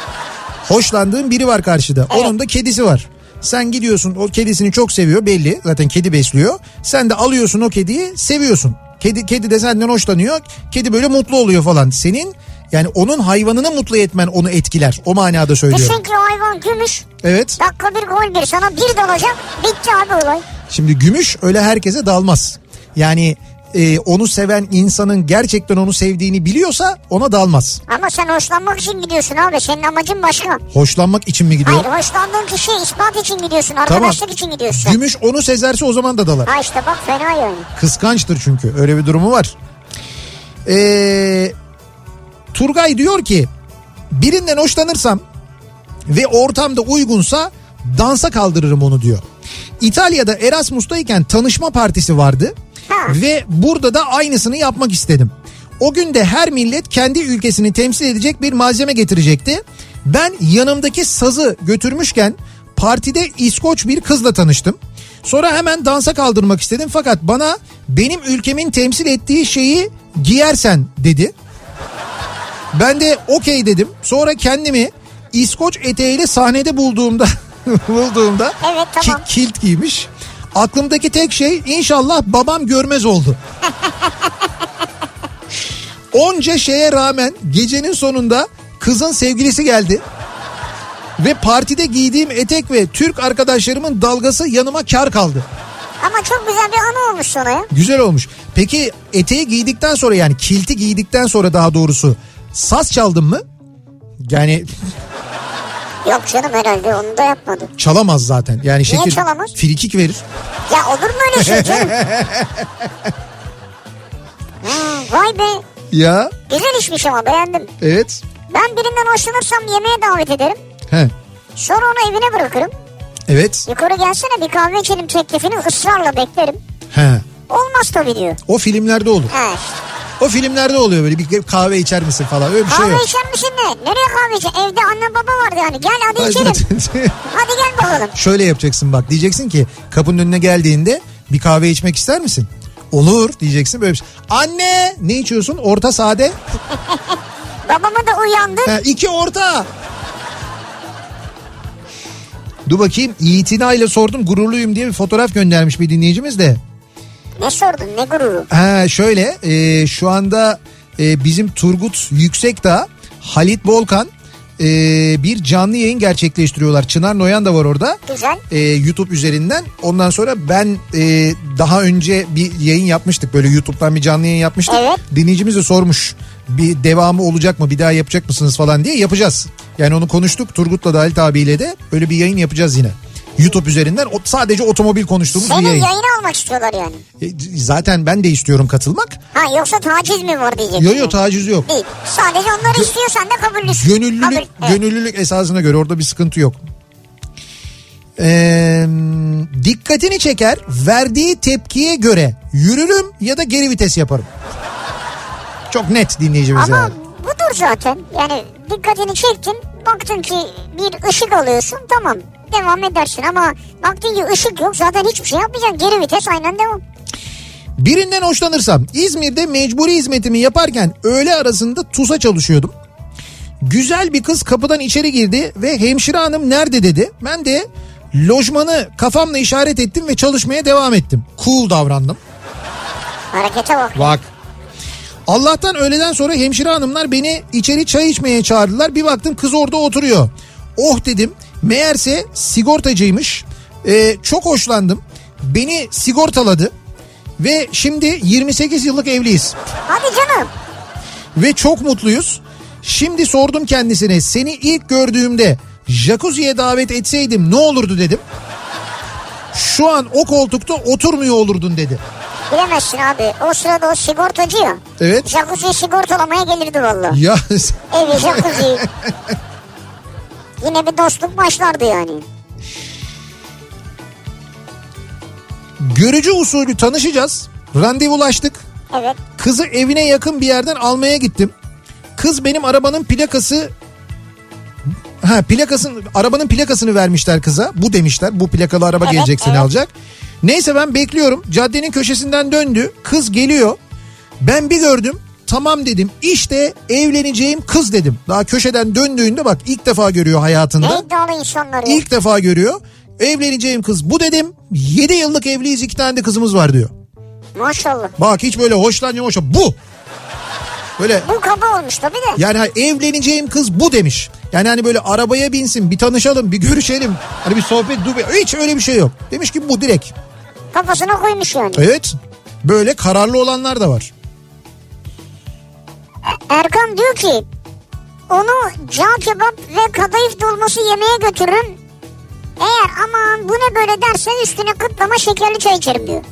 Hoşlandığım biri var karşıda. Evet. Onun da kedisi var. Sen gidiyorsun, o kedisini çok seviyor belli. Zaten kedi besliyor. Sen de alıyorsun o kediyi, seviyorsun. Kedi kedi de senden hoşlanıyor. Kedi böyle mutlu oluyor falan. Senin, yani onun hayvanını mutlu etmen onu etkiler. O manada söylüyorum. Düşün ki o hayvan gümüş. Evet. Dakika bir gol bir, sana bir dalacak. Bitti abi olay. Şimdi gümüş öyle herkese dalmaz. Yani e, onu seven insanın gerçekten onu sevdiğini biliyorsa ona dalmaz. Ama sen hoşlanmak için gidiyorsun abi. Senin amacın başka. Hoşlanmak için mi gidiyor? Hayır, hoşlandığın kişiyi ispat için gidiyorsun. Arkadaşlık tamam. için gidiyorsun. Gümüş onu sezerse o zaman da dalar. Ha işte bak, fena yani. Kıskançtır çünkü, öyle bir durumu var. Ee, Turgay diyor ki, birinden hoşlanırsam ve ortamda uygunsa dansa kaldırırım onu diyor. İtalya'da Erasmus'tayken tanışma partisi vardı. Ha. Ve burada da aynısını yapmak istedim. O gün de her millet kendi ülkesini temsil edecek bir malzeme getirecekti. Ben yanımdaki sazı götürmüşken partide İskoç bir kızla tanıştım. Sonra hemen dansa kaldırmak istedim, fakat bana benim ülkemin temsil ettiği şeyi giyersen dedi. Ben de okey dedim. Sonra kendimi İskoç eteğiyle sahnede bulduğumda bulduğumda evet, tamam. ki, kilt giymiş. Aklımdaki tek şey, inşallah babam görmez oldu. Onca şeye rağmen gecenin sonunda kızın sevgilisi geldi. Ve partide giydiğim etek ve Türk arkadaşlarımın dalgası yanıma kar kaldı. Ama çok güzel bir anı olmuş sonra ya. Güzel olmuş. Peki eteği giydikten sonra, yani kilti giydikten sonra daha doğrusu, saz çaldın mı? Yani... Yok canım, herhalde onu da yapmadı. Çalamaz zaten. Yani şekil, niye çalamaz? Frikik verir. Ya olur mu öyle şey canım? ha, vay be. Ya. Güzel işmiş ama, beğendim. Evet. Ben birinden hoşlanırsam yemeğe davet ederim. He. Sonra onu evine bırakırım. Evet. Yukarı gelsene bir kahve içelim teklifini ısrarla beklerim. He. Olmaz tabii diyor. O filmlerde olur. He işte. O filmlerde oluyor böyle, bir kahve içer misin falan, öyle bir kahve şey yok. Kahve içer misin ne? Nereye kahve içer? Evde anne baba vardı yani. Gel hadi Ay, içelim. Hadi gel bakalım. Şöyle yapacaksın bak, diyeceksin ki kapının önüne geldiğinde bir kahve içmek ister misin? Olur diyeceksin, böyle bir şey. Anne ne içiyorsun? Orta sade. Babama da uyandı. Ha, iki orta. Dur bakayım, itinayla sordum gururluyum diye bir fotoğraf göndermiş bir dinleyicimiz de. Ne sordun, ne gururu? Ha, şöyle e, şu anda e, bizim Turgut Yüksekdağ, Halit Bolkan e, bir canlı yayın gerçekleştiriyorlar. Çınar Noyan da var orada. Güzel. E, YouTube üzerinden. Ondan sonra ben e, daha önce bir yayın yapmıştık. Böyle YouTube'dan bir canlı yayın yapmıştık. Evet. Dinleyicimiz de sormuş. bir devamı olacak mı, bir daha yapacak mısınız falan diye yapacağız. Yani onu konuştuk Turgut'la da Halit abiyle de, öyle bir yayın yapacağız yine. YouTube üzerinden sadece otomobil konuştuğumuz Senin bir yayın. Senin yayını almak istiyorlar yani. E, zaten ben de istiyorum katılmak. Ha yoksa taciz mi var diyeceksin? Yok yok, taciz yok. Değil. Sadece onlar istiyor, sen de kabullüsün. Gönüllülük, Kabul, evet. Gönüllülük esasına göre orada bir sıkıntı yok. Ee, dikkatini çeker, verdiği tepkiye göre yürürüm ya da geri vites yaparım. Çok net dinleyicimiz Ama yani. budur zaten. Yani dikkatini çektin, baktın ki bir ışık alıyorsun, tamam devam edersin, ama baktın ki ışık yok, zaten hiçbir şey yapmayacaksın, geri vites aynen devam. Birinden hoşlanırsam, İzmir'de mecburi hizmetimi yaparken öğle arasında TUS'a çalışıyordum. Güzel bir kız kapıdan içeri girdi ve hemşire hanım nerede dedi. Ben de lojmanı kafamla işaret ettim ve çalışmaya devam ettim. Cool davrandım. Harekete bak. Bak. Allah'tan öğleden sonra hemşire hanımlar beni içeri çay içmeye çağırdılar. Bir baktım kız orada oturuyor. Oh dedim. Meğerse sigortacıymış. Ee, çok hoşlandım. Beni sigortaladı. Ve şimdi yirmi sekiz yıllık evliyiz. Hadi canım. Ve çok mutluyuz. Şimdi sordum kendisine, seni ilk gördüğümde jacuzziye davet etseydim ne olurdu dedim. Şu an o koltukta oturmuyor olurdun dedi. Bilemezsin abi. O sırada o sigortacı ya. Evet. Jacuzziyi sigortalamaya gelirdi vallahi. Ya. Evi jacuzzi. Yine bir dostluk başlardı yani. Görücü usulü tanışacağız. Randevulaştık. Evet. Kızı evine yakın bir yerden almaya gittim. Kız benim arabanın plakası... Ha plakasını, arabanın plakasını vermişler kıza. Bu demişler, bu plakalı araba evet, gelecek seni evet. alacak. Neyse ben bekliyorum. Caddenin köşesinden döndü. Kız geliyor. Ben bir gördüm. Tamam dedim. İşte evleneceğim kız dedim. Daha köşeden döndüğünde bak ilk defa görüyor hayatında. Ne iddialı insanlar ya. İlk defa görüyor. Evleneceğim kız bu dedim. yedi yıllık evliyiz, iki tane de kızımız var diyor. Maşallah. Bak hiç böyle hoşlanıyor hoşlan. Bu. Böyle. Bu kaba olmuş tabii de. Yani ha, evleneceğim kız bu demiş. Yani hani böyle arabaya binsin, bir tanışalım, bir görüşelim. Hani bir sohbet, hiç öyle bir şey yok. Demiş ki bu direkt. Kafasına koymuş yani. Evet. Böyle kararlı olanlar da var. Erkan diyor ki onu cağ kebap ve kadayıf dolması yemeye götürürüm. Eğer aman bu ne böyle dersen üstüne kıtlama şekerli çay içerim diyor.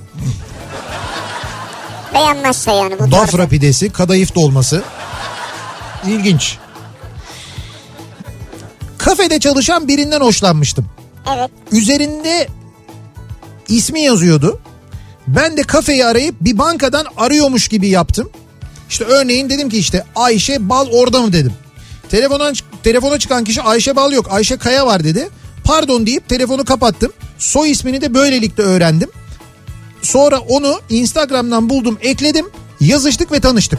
Beğenmezse yani bu Bafra tarzı. pidesi, kadayıf dolması. İlginç. Kafede çalışan birinden hoşlanmıştım. Evet. Üzerinde ismi yazıyordu. Ben de kafeyi arayıp bir bankadan arıyormuş gibi yaptım. İşte örneğin dedim ki işte Ayşe Bal orada mı dedim. Telefona, telefona çıkan kişi Ayşe Bal yok, Ayşe Kaya var dedi. Pardon deyip telefonu kapattım. Soy ismini de böylelikle öğrendim. Sonra onu Instagram'dan buldum, ekledim. Yazıştık ve tanıştık.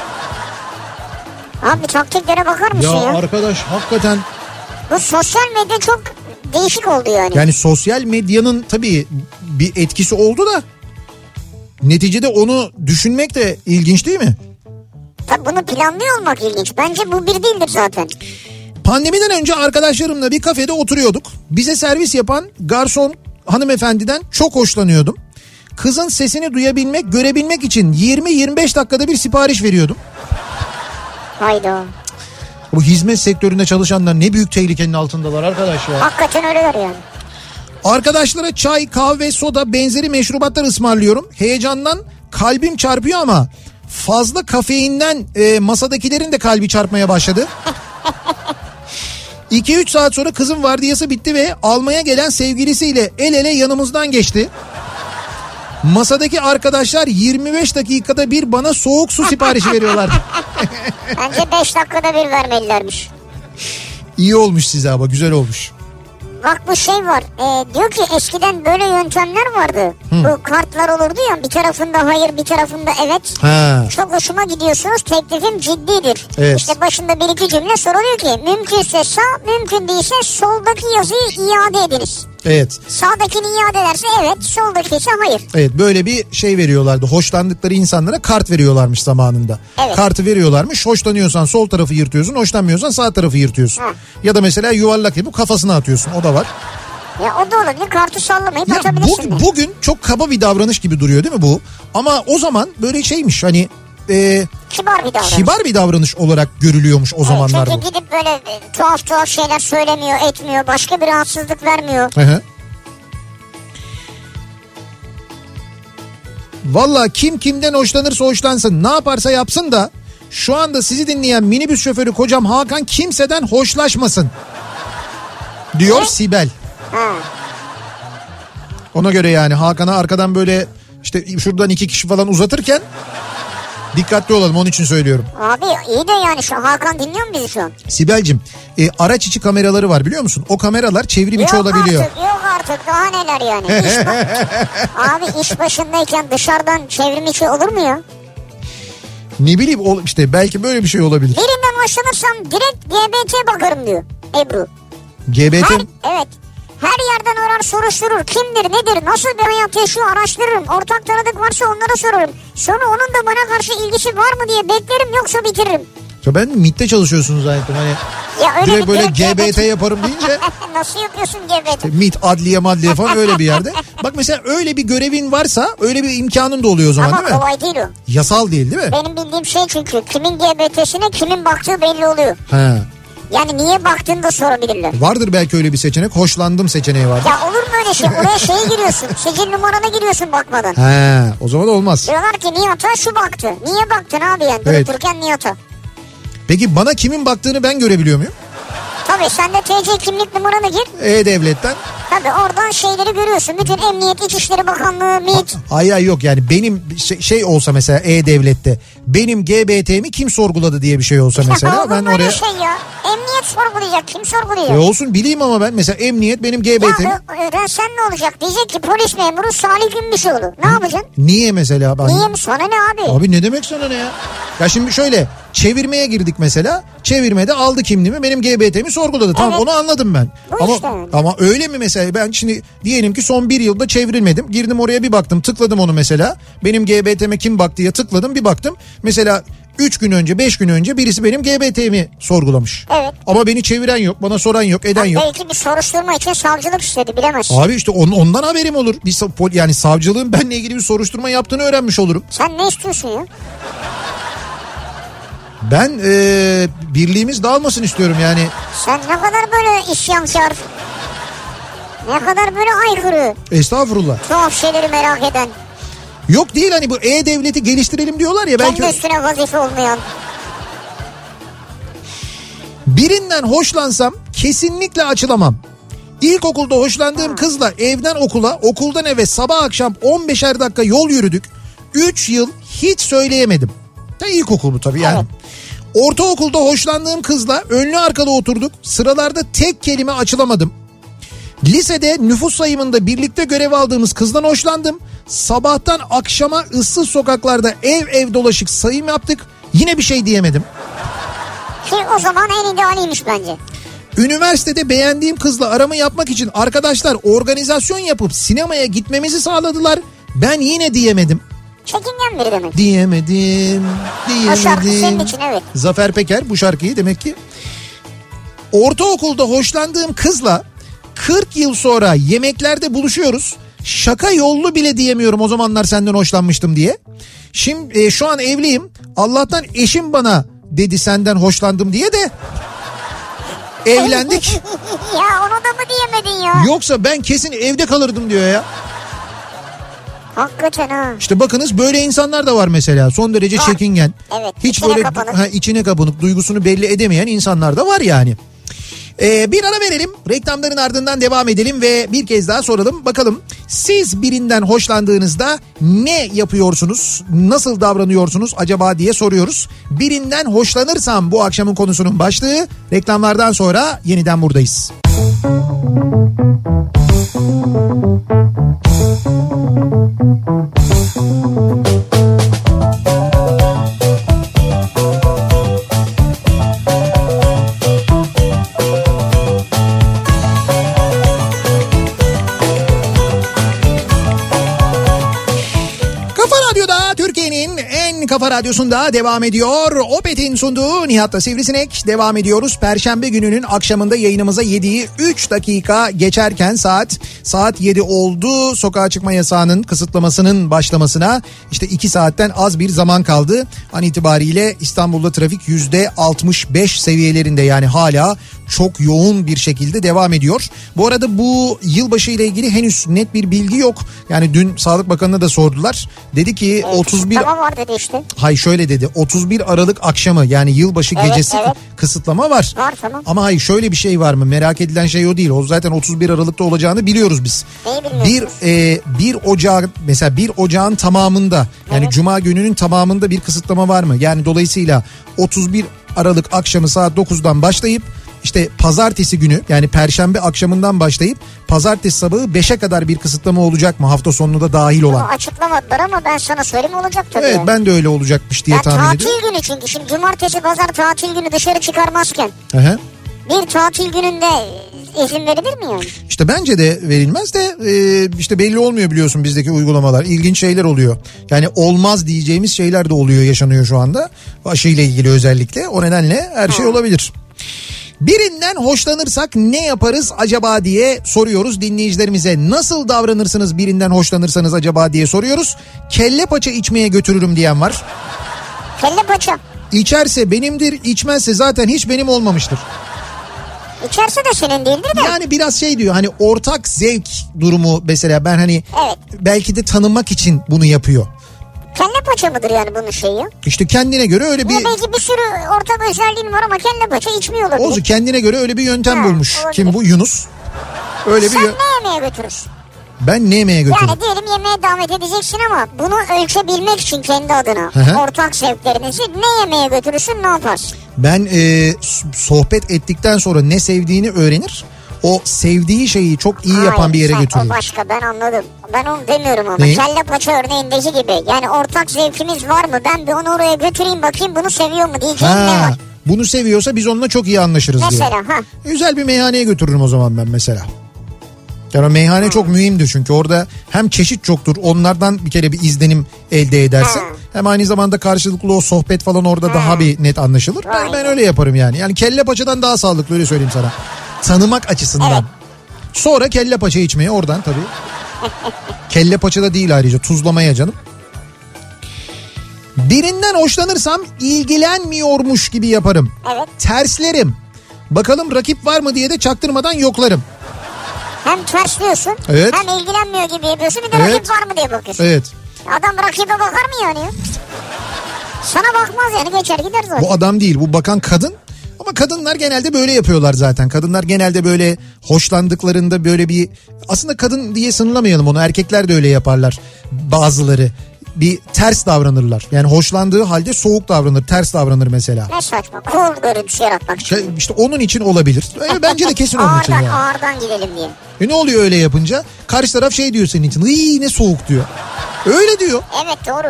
Abi taktiklere bakar mısın Ya, ya? ya arkadaş hakikaten. Bu sosyal medya çok değişik oldu yani. Yani sosyal medyanın tabii bir etkisi oldu da neticede onu düşünmek de ilginç değil mi? Tabii bunu planlıyor olmak ilginç. Bence bu bir değildir zaten. Pandemiden önce arkadaşlarımla bir kafede oturuyorduk. Bize servis yapan garson hanımefendiden çok hoşlanıyordum. Kızın sesini duyabilmek, görebilmek için yirmi yirmi beş dakikada bir sipariş veriyordum. Hayda. Bu hizmet sektöründe çalışanlar ne büyük tehlikenin altındalar arkadaş ya. Hakikaten öyleler yani. Arkadaşlara çay, kahve, soda benzeri meşrubatlar ısmarlıyorum. Heyecandan kalbim çarpıyor ama fazla kafeinden e, masadakilerin de kalbi çarpmaya başladı. iki üç saat sonra kızın vardiyası bitti ve almaya gelen sevgilisiyle el ele yanımızdan geçti. Masadaki arkadaşlar yirmi beş dakikada bir bana soğuk su siparişi veriyorlardı. Bence beş dakikada bir vermelilermiş. İyi olmuş size ama, güzel olmuş. Bak bu şey var. E, diyor ki eskiden böyle yöntemler vardı. Hı. Bu kartlar olurdu ya, bir tarafında hayır bir tarafında evet. Ha. Çok hoşuma gidiyorsunuz, teklifim ciddidir. Evet. İşte başında bir iki cümle soruluyor ki mümkünse sağ, mümkün değilse soldaki yazıyı iade ediniz. Evet. Sağdakini iade ederse evet, soldaki ise hayır. Evet, böyle bir şey veriyorlardı. Hoşlandıkları insanlara kart veriyorlarmış zamanında. Evet. Kartı veriyorlarmış. Hoşlanıyorsan sol tarafı yırtıyorsun, hoşlanmıyorsan sağ tarafı yırtıyorsun. Ha. Ya da mesela yuvarlak yapıp kafasına atıyorsun. O da var. Ya o da olabilir, kartı sallamayıp Ya atabilirsin bu, de. bugün çok kaba bir davranış gibi duruyor değil mi bu? Ama o zaman böyle şeymiş hani e, Kibar bir davranış. Kibar bir davranış olarak görülüyormuş o evet, zamanlar çünkü bu. Çünkü gidip böyle tuhaf tuhaf şeyler söylemiyor, etmiyor. Başka bir rahatsızlık vermiyor. Hı hı. Valla kim kimden hoşlanırsa hoşlansın, ne yaparsa yapsın da şu anda sizi dinleyen minibüs şoförü kocam Hakan kimseden hoşlaşmasın diyor ne? Sibel. Ha. Ona göre yani Hakan'a arkadan böyle işte şuradan iki kişi falan uzatırken dikkatli olalım, onun için söylüyorum. Abi iyi de yani şu Hakan dinliyor mu bizi şu an? Sibel'cim e, araç içi kameraları var biliyor musun? O kameralar çevrim içi yok olabiliyor. Artık, yok artık daha neler yani. İş abi iş başındayken dışarıdan çevrim içi olur mu ya? Ne bileyim işte belki böyle bir şey olabilir. Birinden hoşlanırsam direkt G B T bakarım diyor Ebru. G B T? Her, evet. Her yerden arar soruşturur. Kimdir nedir nasıl bir hayat yaşıyor araştırırım. Ortak tanıdık varsa onlara sorarım. Sonra onun da bana karşı ilgisi var mı diye beklerim yoksa bitiririm. Ya ben M İ T'te çalışıyorsunuz zaten hani. Ya öyle direkt böyle G B T yaparım deyince. Nasıl yapıyorsun G B T? İşte M İ T, adliye madliye falan öyle bir yerde. Bak mesela öyle bir görevin varsa öyle bir imkanın da oluyor o zaman. Ama değil mi? Ama kolay değil o. Yasal değil değil mi? Benim bildiğim şey çünkü kimin G B T'sine kimin baktığı belli oluyor. He. Yani niye baktığını da sorabilirler. Vardır belki öyle bir seçenek. Hoşlandım seçeneği vardır. Ya olur mu öyle şey? Oraya şeye giriyorsun. Sicil numarana giriyorsun bakmadan. He, o zaman olmaz. Diyorlar ki Nihat'a şu baktı. Niye baktın abi yani? Evet. Durup dururken Nihat'a. Peki bana kimin baktığını ben görebiliyor muyum? Tabii sen de T C kimlik numaranı gir. E-Devlet'ten. Tabii oradan şeyleri görüyorsun. Bütün Emniyet, İçişleri Bakanlığı, M İ T. Hayır hayır yok yani benim şey, şey olsa mesela E-Devlet'te benim G B T'mi kim sorguladı diye bir şey olsa mesela. Ya ben oraya... oraya şey ya. Emniyet sorgulayacak. Kim sorgulayacak? E olsun bileyim ama ben mesela emniyet benim G B T'mi. Ya öğren sen ne olacak? Diyecek ki polis memuru Salih Gümüşoğlu. Ne yapacaksın? Niye mesela? Ben... Niye mi? Sana ne abi? Abi ne demek sana ne ya? Ya şimdi şöyle çevirmeye girdik mesela. Çevirmede aldı kimliğimi, benim G B T'mi sorguladı. Tamam evet. Onu anladım ben. Bu ama işte. ama öyle mi mesela? Ben şimdi diyelim ki son bir yılda çevrilmedim. Girdim oraya bir baktım, tıkladım onu mesela. Benim G B T'me kim baktı diye tıkladım, bir baktım. Mesela üç gün önce beş gün önce birisi benim G B T'mi sorgulamış. Evet. Ama beni çeviren yok, bana soran yok, eden abi yok. Belki bir soruşturma için savcılık istedi, bilemezsin. Abi işte on, ondan haberim olur. Bir, yani savcılığın benimle ilgili bir soruşturma yaptığını öğrenmiş olurum. Sen ne istiyorsun ya? Ben ee, birliğimiz dağılmasın istiyorum yani. Sen ne kadar böyle isyankar, ne kadar böyle aykırı. Estağfurullah. Tuhaf şeyleri merak eden. Yok değil hani bu E-Devlet'i geliştirelim diyorlar ya. Kendi belki... üstüne vazife olmayan. Birinden hoşlansam kesinlikle açılamam. İlkokulda hoşlandığım ha. kızla evden okula, okuldan eve sabah akşam on beşer dakika yol yürüdük. üç yıl hiç söyleyemedim. Da ilkokul bu tabii yani. Evet. Ortaokulda hoşlandığım kızla önlü arkada oturduk. Sıralarda tek kelime açılamadım. Lisede nüfus sayımında birlikte görev aldığımız kızdan hoşlandım. Sabahtan akşama ıssız sokaklarda ev ev dolaşık sayım yaptık. Yine bir şey diyemedim. Ki o zaman en idealiymiş bence. Üniversitede beğendiğim kızla aramı yapmak için arkadaşlar organizasyon yapıp sinemaya gitmemizi sağladılar. Ben yine diyemedim. Çekingen biri demek. Diyemedim, diyemedim. O şarkı senin için, evet. Zafer Peker bu şarkıyı demek ki. Ortaokulda hoşlandığım kızla kırk yıl sonra yemeklerde buluşuyoruz. Şaka yollu bile diyemiyorum o zamanlar senden hoşlanmıştım diye. Şimdi e, şu an evliyim. Allah'tan eşim bana dedi senden hoşlandım diye de evlendik. Ya onu da mı diyemedin ya? Yoksa ben kesin evde kalırdım diyor ya. Hakikaten ha. İşte bakınız böyle insanlar da var mesela. Son derece var. Çekingen. Evet. Hiç içine böyle kapanık. Ha, içine kapanık, duygusunu belli edemeyen insanlar da var yani. Ee, bir ara verelim. Reklamların ardından devam edelim ve bir kez daha soralım. Bakalım siz birinden hoşlandığınızda ne yapıyorsunuz? Nasıl davranıyorsunuz acaba diye soruyoruz. Birinden hoşlanırsam bu akşamın konusunun başlığı. Reklamlardan sonra yeniden buradayız. Kafa Radyosu'nda devam ediyor. Opet'in sunduğu Nihat'la Sivrisinek devam ediyoruz. Perşembe gününün akşamında yayınımıza yediği üç dakika geçerken saat saat yedi oldu. Sokağa çıkma yasağının kısıtlamasının başlamasına işte iki saatten az bir zaman kaldı. An itibariyle İstanbul'da trafik yüzde altmış beş seviyelerinde, yani hala çok yoğun bir şekilde devam ediyor. Bu arada bu yılbaşı ile ilgili henüz net bir bilgi yok. Yani dün Sağlık Bakanı'na da sordular. Dedi ki evet, otuz bir Tamam var dedi işte. Hayır şöyle dedi. otuz bir Aralık akşamı, yani yılbaşı evet, gecesi evet. kısıtlama var. Var tamam. Ama hayır şöyle bir şey var mı? Merak edilen şey o değil. O zaten otuz bir Aralık'ta olacağını biliyoruz biz. Neyi bilmiyorsunuz? Bir e, bir Ocak mesela bir Ocağın tamamında, yani evet. Cuma gününün tamamında bir kısıtlama var mı? Yani dolayısıyla otuz bir Aralık akşamı saat dokuzdan başlayıp İşte pazartesi günü, yani perşembe akşamından başlayıp pazartesi sabahı beşe kadar bir kısıtlama olacak mı, hafta sonuna da dahil olan? Ama açıklamadılar ama ben sana söyleyeyim, olacak tabii. Evet ben de öyle olacakmış diye ya tahmin ediyorum. Tatil günü çünkü şimdi cumartesi pazar tatil günü dışarı çıkarmazken Aha. bir tatil gününde izin verilir mi yani? İşte bence de verilmez de e, işte belli olmuyor biliyorsun bizdeki uygulamalar. İlginç şeyler oluyor. Yani olmaz diyeceğimiz şeyler de oluyor, yaşanıyor şu anda. Aşıyla ilgili özellikle. O nedenle her şey ha. olabilir. Birinden hoşlanırsak ne yaparız acaba diye soruyoruz dinleyicilerimize. Nasıl davranırsınız birinden hoşlanırsanız acaba diye soruyoruz. Kelle paça içmeye götürürüm diyen var. Kelle paça. İçerse benimdir, içmezse zaten hiç benim olmamıştır. İçerse de senin değildir de. Yani biraz şey diyor, hani ortak zevk durumu mesela, ben hani evet. belki de tanımak için bunu yapıyor. Kelle paça mıdır yani bunun şeyi? İşte kendine göre öyle bir... Ya belki bir sürü ortak özelliğin var ama kelle paça içmiyor olabilir. Olsun, kendine göre öyle bir yöntem ha, bulmuş. Olabilir. Kim bu? Yunus. Öyle Sen bir... ne yemeye götürürsün? Ben ne yemeye götürürüm? Yani diyelim yemeğe davet edeceksin ama bunu ölçebilmek için kendi adına Hı-hı. ortak zevklerinizi ne yemeye götürürsün, ne yaparsın? Ben e, sohbet ettikten sonra ne sevdiğini öğrenir. O sevdiği şeyi çok iyi Hayır, yapan bir yere götürür. O başka, ben anladım. Ben onu demiyorum ama. Neyi? Kelle paça örneğindeki gibi. Yani ortak zevkimiz var mı? Ben bir onu oraya götüreyim bakayım bunu seviyor mu diyeceğim ha, ne var? Bunu seviyorsa biz onunla çok iyi anlaşırız mesela, diyor. Mesela ha. Güzel bir meyhaneye götürürüm o zaman ben mesela. Yani meyhane ha. çok mühimdir çünkü orada hem çeşit çoktur, onlardan bir kere bir izlenim elde edersin. Ha. Hem aynı zamanda karşılıklı o sohbet falan orada ha. daha bir net anlaşılır. Ben, ben öyle yaparım yani. Yani kelle paçadan daha sağlıklı, öyle söyleyeyim sana. Tanımak açısından. Evet. Sonra kelle paça içmeye oradan tabii. Kelle paça da değil ayrıca, tuzlamaya canım. Birinden hoşlanırsam ilgilenmiyormuş gibi yaparım. Evet. Terslerim. Bakalım rakip var mı diye de çaktırmadan yoklarım. Hem tersliyorsun evet. hem ilgilenmiyor gibi yapıyorsun, bir de evet. rakip var mı diye bakıyorsun. Evet. Adam rakibe bakar mı yani? Sana bakmaz yani, geçer gider zaten. Bu adam değil, bu bakan kadın. Ama kadınlar genelde böyle yapıyorlar zaten. Kadınlar genelde böyle hoşlandıklarında böyle bir... Aslında kadın diye sınırlamayalım onu. Erkekler de öyle yaparlar bazıları. Bir ters davranırlar. Yani hoşlandığı halde soğuk davranır, ters davranır mesela. Ne saçma. Cool görüntüsü yaratmak için. İşte onun için olabilir. Bence de kesin onun için yani. Ağırdan gidelim diye. E ne oluyor öyle yapınca? Karşı taraf şey diyor senin için. Iy ne soğuk diyor. Öyle diyor. Evet doğru.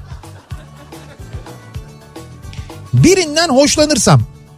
Birinden hoşlanırsam...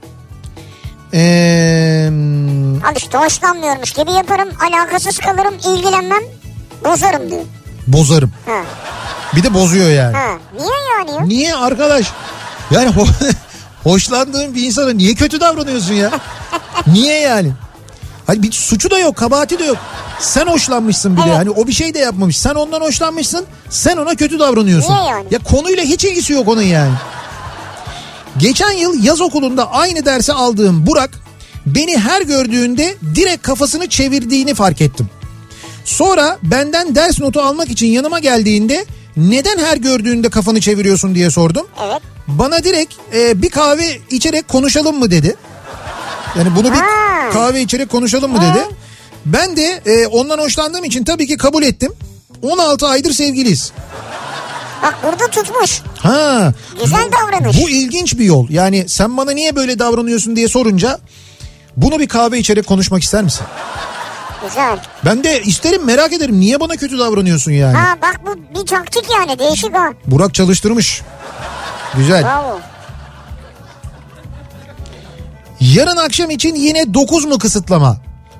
Eee... Al işte hoşlanmıyormuş gibi yaparım, alakasız kalırım, ilgilenmem, bozarım diyor. Bozarım. Ha. Bir de bozuyor yani. Ha. Niye yani ya? Niye arkadaş? Yani ho- hoşlandığın bir insana niye kötü davranıyorsun ya? Niye yani? Hani bir suçu da yok, kabahati de yok. Sen hoşlanmışsın bile. Evet. Hani o bir şey de yapmamış. Sen ondan hoşlanmışsın. Sen ona kötü davranıyorsun. Niye yani? Ya konuyla hiç ilgisi yok onun yani. Geçen yıl yaz okulunda aynı dersi aldığım Burak beni her gördüğünde direkt kafasını çevirdiğini fark ettim. Sonra benden ders notu almak için yanıma geldiğinde neden her gördüğünde kafanı çeviriyorsun diye sordum. Evet. Bana direkt e, bir kahve içerek konuşalım mı dedi. Yani bunu bir ha. kahve içerek konuşalım mı dedi. Ben de e, ondan hoşlandığım için tabii ki kabul ettim. on altı aydır sevgiliyiz. Bak burada tutmuş. Ha. Güzel davranış. Bu ilginç bir yol. Yani sen bana niye böyle davranıyorsun diye sorunca bunu bir kahve içerek konuşmak ister misin? Güzel. Ben de isterim, merak ederim. Niye bana kötü davranıyorsun yani? Ha bak bu bir taktik yani, değişik ha. Burak çalıştırmış. Güzel. Bravo. Yarın akşam için yine dokuz mu kısıtlama?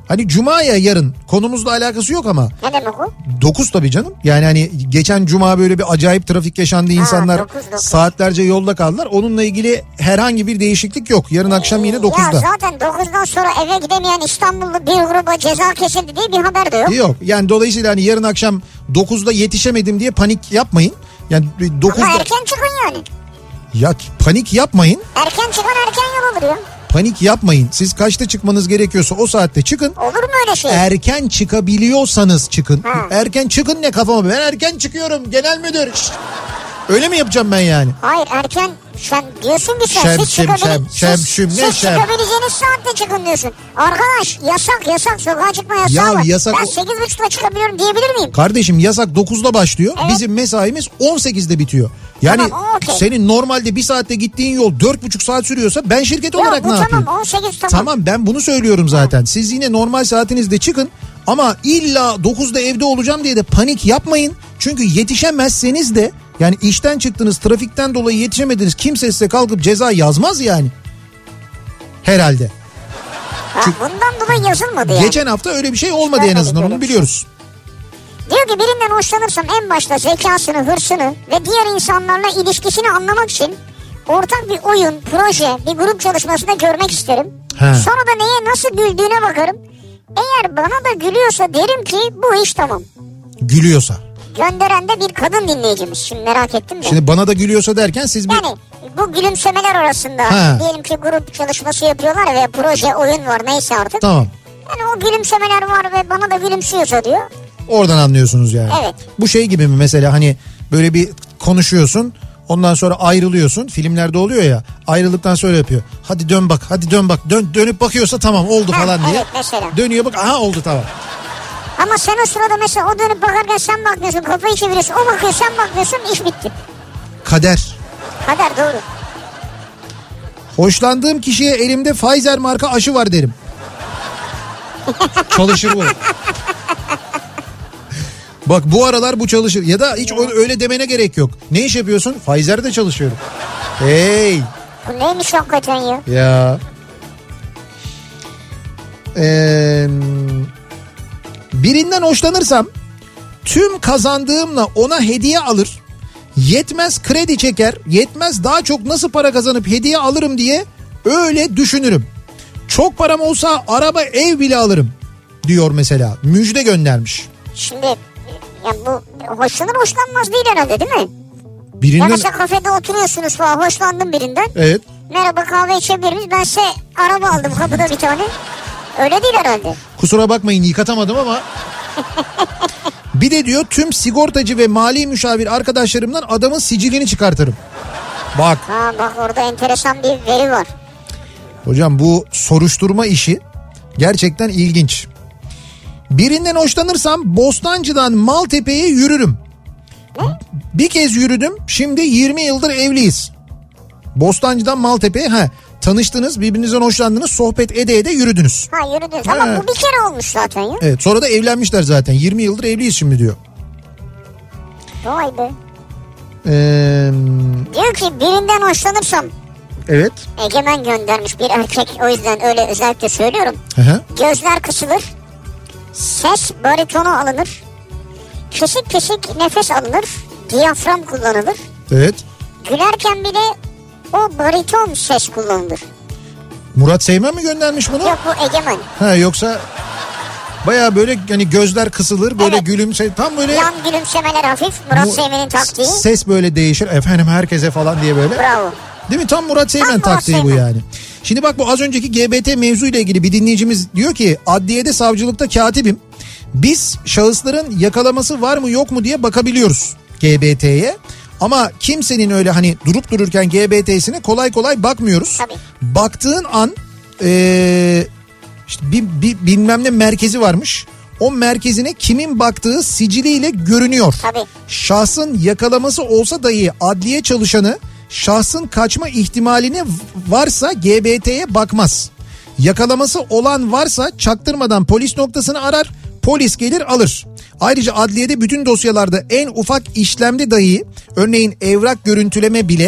Hani Cuma'ya yarın, konumuzla alakası yok ama. Ne demek o? dokuz tabii canım. Yani hani geçen Cuma böyle bir acayip trafik yaşandı. İnsanlar dokuz, dokuz. saatlerce yolda kaldılar. Onunla ilgili herhangi bir değişiklik yok. Yarın akşam yine dokuzda. Ya zaten dokuzdan sonra eve gidemeyen İstanbullu bir gruba ceza kesildi diye bir haber de yok. Yok yani dolayısıyla hani yarın akşam dokuzda yetişemedim diye panik yapmayın. Yani dokuzda... Ama erken çıkın yani. Ya panik yapmayın. Erken çıkan erken yol olur ya. Panik yapmayın. Siz kaçta çıkmanız gerekiyorsa o saatte çıkın. Olur mu öyle şey? Erken çıkabiliyorsanız çıkın. Ha. Erken çıkın ne kafama? Ben erken çıkıyorum genel müdür. Şşt. Öyle mi yapacağım ben yani? Hayır erken sen diyorsun ki sen Şem, siz, şem, çıkabili- şem, şem, siz, şem, ne siz şem? çıkabileceğiniz saatte çıkın diyorsun. Arkadaş yasak yasak sokağa çıkma yasağı Ya var. yasak Ben o- sekiz buçukta çıkabiliyorum diyebilir miyim? Kardeşim yasak dokuzda başlıyor. Evet. Bizim mesaimiz on sekizde bitiyor. Yani Tamam, o okey. senin normalde bir saatte gittiğin yol dört buçuk saat sürüyorsa ben şirket Yok olarak bu ne tamam yapayım? on sekiz tamam. Tamam ben bunu söylüyorum zaten. Siz yine normal saatinizde çıkın ama illa dokuzda evde olacağım diye de panik yapmayın. Çünkü yetişemezseniz de yani işten çıktınız, trafikten dolayı yetişemediniz, kimse size kalkıp ceza yazmaz yani. Herhalde. Ha, bundan dolayı yazılmadı yani. Geçen hafta öyle bir şey olmadı en Görmedik azından öyle onu bir şey. biliyoruz. Diyor ki birinden hoşlanırsam en başta zekasını, hırsını ve diğer insanlarla ilişkisini anlamak için ortak bir oyun, proje, bir grup çalışmasında görmek isterim. He. Sonra da neye nasıl güldüğüne bakarım. Eğer bana da gülüyorsa derim ki bu iş tamam. Gülüyorsa. Gönderen de bir kadın dinleyicimiz. Şimdi merak ettim de. Şimdi bana da gülüyorsa derken siz bir... Yani bu gülümsemeler arasında He. diyelim ki grup çalışması yapıyorlar ve proje, oyun var neyse artık. Tamam. Yani o gülümsemeler var ve bana da gülümsüyorsa diyor. Oradan anlıyorsunuz yani. Evet. Bu şey gibi mi mesela hani böyle bir konuşuyorsun ondan sonra ayrılıyorsun. Filmlerde oluyor ya ayrıldıktan sonra yapıyor. Hadi dön bak hadi dön bak dön, dönüp bakıyorsa tamam oldu Ha, falan diye. evet, mesela. Dönüyor bak aha oldu tamam. Ama sen o sırada mesela o dönüp bakarken sen bakmıyorsun, kafayı çeviriyorsun, o bakıyor sen bakmıyorsun, iş bitti. Kader. Kader doğru. Hoşlandığım kişiye elimde Pfizer marka aşı var derim. Çalışır bu. Bak bu aralar bu çalışır. Ya da hiç öyle demene gerek yok. Ne iş yapıyorsun? Pfizer'de çalışıyorum. Hey. Bu neymiş hakikaten ya? Ya. Ee, birinden hoşlanırsam tüm kazandığımla ona hediye alır. Yetmez kredi çeker. Yetmez daha çok nasıl para kazanıp hediye alırım diye öyle düşünürüm. Çok param olsa araba ev bile alırım diyor mesela. Müjde göndermiş. Şimdi ya bu hoşlanır hoşlanmaz değil herhalde değil mi? Birinden... Ya mesela kafede oturuyorsunuz falan, hoşlandım birinden. Evet. Merhaba kahve içebilir miyiz? Ben size araba aldım kapıda bir tane. Öyle değil herhalde. Kusura bakmayın yıkatamadım ama. Bir de diyor tüm sigortacı ve mali müşavir arkadaşlarımdan adamın sicilini çıkartırım. Bak. Ha bak orada enteresan bir veri var. Hocam bu soruşturma işi gerçekten ilginç. Birinden hoşlanırsam Bostancı'dan Maltepe'ye yürürüm. Ne? Bir kez yürüdüm. Şimdi yirmi yıldır evliyiz. Bostancı'dan Maltepe'ye ha tanıştınız, birbirinizden hoşlandınız, sohbet ede ede yürüdünüz. Ha yürüdünüz ama Evet. bu bir kere olmuş zaten ya. Evet, sonra da evlenmişler zaten. yirmi yıldır evliyiz şimdi diyor. Vay be. Ee, Diyor ki birinden hoşlanırsam, evet. Egemen göndermiş bir erkek, o yüzden öyle özellikle söylüyorum. Hı hı. Gözler kısılır, ses baritonu alınır, kesik kesik nefes alınır, diyafram kullanılır. Evet. Gülerken bile o bariton ses kullanılır. Murat Seymen mi göndermiş bunu? Yok bu Egemen. Ha yoksa baya böyle hani gözler kısılır böyle Evet. gülümse tam böyle Yan gülümsemeler hafif, Murat bu- Seymen'in taktiği. ses böyle değişir efendim herkese falan diye böyle. Bravo. Değil mi? Tam Murat Seymen Tam Murat taktiği bu Seymen. yani. Şimdi bak bu az önceki G B T mevzuyla ilgili bir dinleyicimiz diyor ki adliyede savcılıkta katibim. Biz şahısların yakalaması var mı yok mu diye bakabiliyoruz G B T'ye. Ama kimsenin öyle hani durup dururken G B T'sine kolay kolay bakmıyoruz. Tabii. Baktığın an ee, işte bir, bir bilmem ne merkezi varmış. O merkezine kimin baktığı siciliyle görünüyor. Tabii. Şahsın yakalaması olsa dahi adliye çalışanı şahsın kaçma ihtimalini varsa G B T'ye bakmaz. Yakalaması olan varsa çaktırmadan polis noktasını arar, polis gelir alır. Ayrıca adliyede bütün dosyalarda en ufak işlemde dahi örneğin evrak görüntüleme bile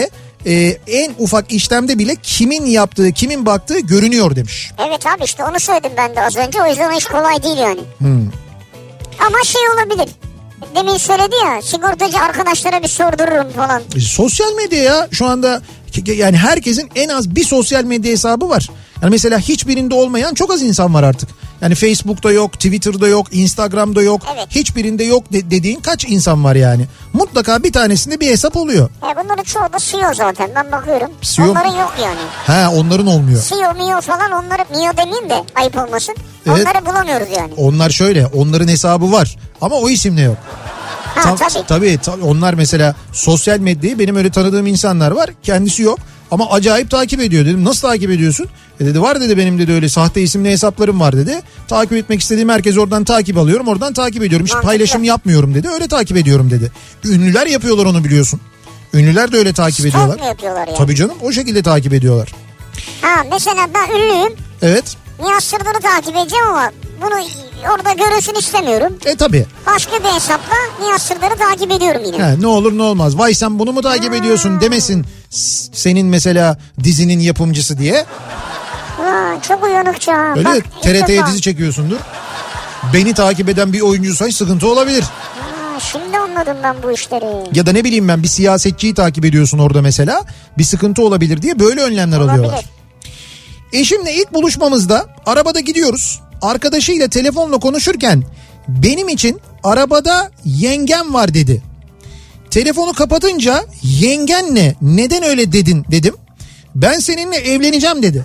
e, en ufak işlemde bile kimin yaptığı, kimin baktığı görünüyor demiş. Evet abi, işte onu söyledim ben de az önce, o yüzden hiç kolay değil yani. Hmm. Ama şey olabilir. Demin söyledi ya, sigortacı arkadaşlara bir sordururum falan. E, sosyal medya ya şu anda, yani herkesin en az bir sosyal medya hesabı var. Yani mesela hiçbirinde olmayan çok az insan var artık. Yani Facebook'ta yok, Twitter'da yok, Instagram'da yok. Evet. Hiçbirinde yok de- dediğin kaç insan var yani? Mutlaka bir tanesinde bir hesap oluyor. E bunların çoğu da C E O zaten, ben bakıyorum. C E O Onların yok yani. He, onların olmuyor. C E O, M E O falan, onları M E O demeyeyim de ayıp olmasın. Evet. Onları bulamıyoruz yani. Onlar şöyle, onların hesabı var ama o isimle yok. Ha, Tam, tabii. tabii tabii onlar mesela sosyal medyayı, benim öyle tanıdığım insanlar var, kendisi yok ama acayip takip ediyor. Dedim nasıl takip ediyorsun? E dedi var dedi, benim dedi öyle sahte isimli hesaplarım var dedi. Takip etmek istediğim herkes oradan takip alıyorum, oradan takip ediyorum. Hiç Mantıklı. paylaşım yapmıyorum dedi, öyle takip ediyorum dedi. Ünlüler yapıyorlar onu, biliyorsun. Ünlüler de öyle takip Stalk ediyorlar. mu yapıyorlar yani? Tabii canım, o şekilde takip ediyorlar. Ha mesela ben ünlüyüm. Evet. Nihat Sırdar'ı takip edeceğim ama bunu orada görülsün istemiyorum. E tabii. Başka bir hesapla Nihat Sırdar'ı takip ediyorum yine. He, ne olur ne olmaz. Vay sen bunu mu takip ediyorsun demesin s- senin mesela dizinin yapımcısı diye. Ha, çok uyanıkça. ha. Öyle Bak, T R T'ye ilk defa. dizi çekiyorsundur. Beni takip eden bir oyuncuysa sıkıntı olabilir. Ha, şimdi anladım ben bu işleri. Ya da ne bileyim ben, bir siyasetçiyi takip ediyorsun orada mesela. Bir sıkıntı olabilir diye böyle önlemler Olabilir. alıyorlar. Eşimle ilk buluşmamızda arabada gidiyoruz. Arkadaşıyla telefonla konuşurken benim için arabada yengem var dedi. Telefonu kapatınca yengen ne? Neden öyle dedin dedim. Ben seninle evleneceğim dedi.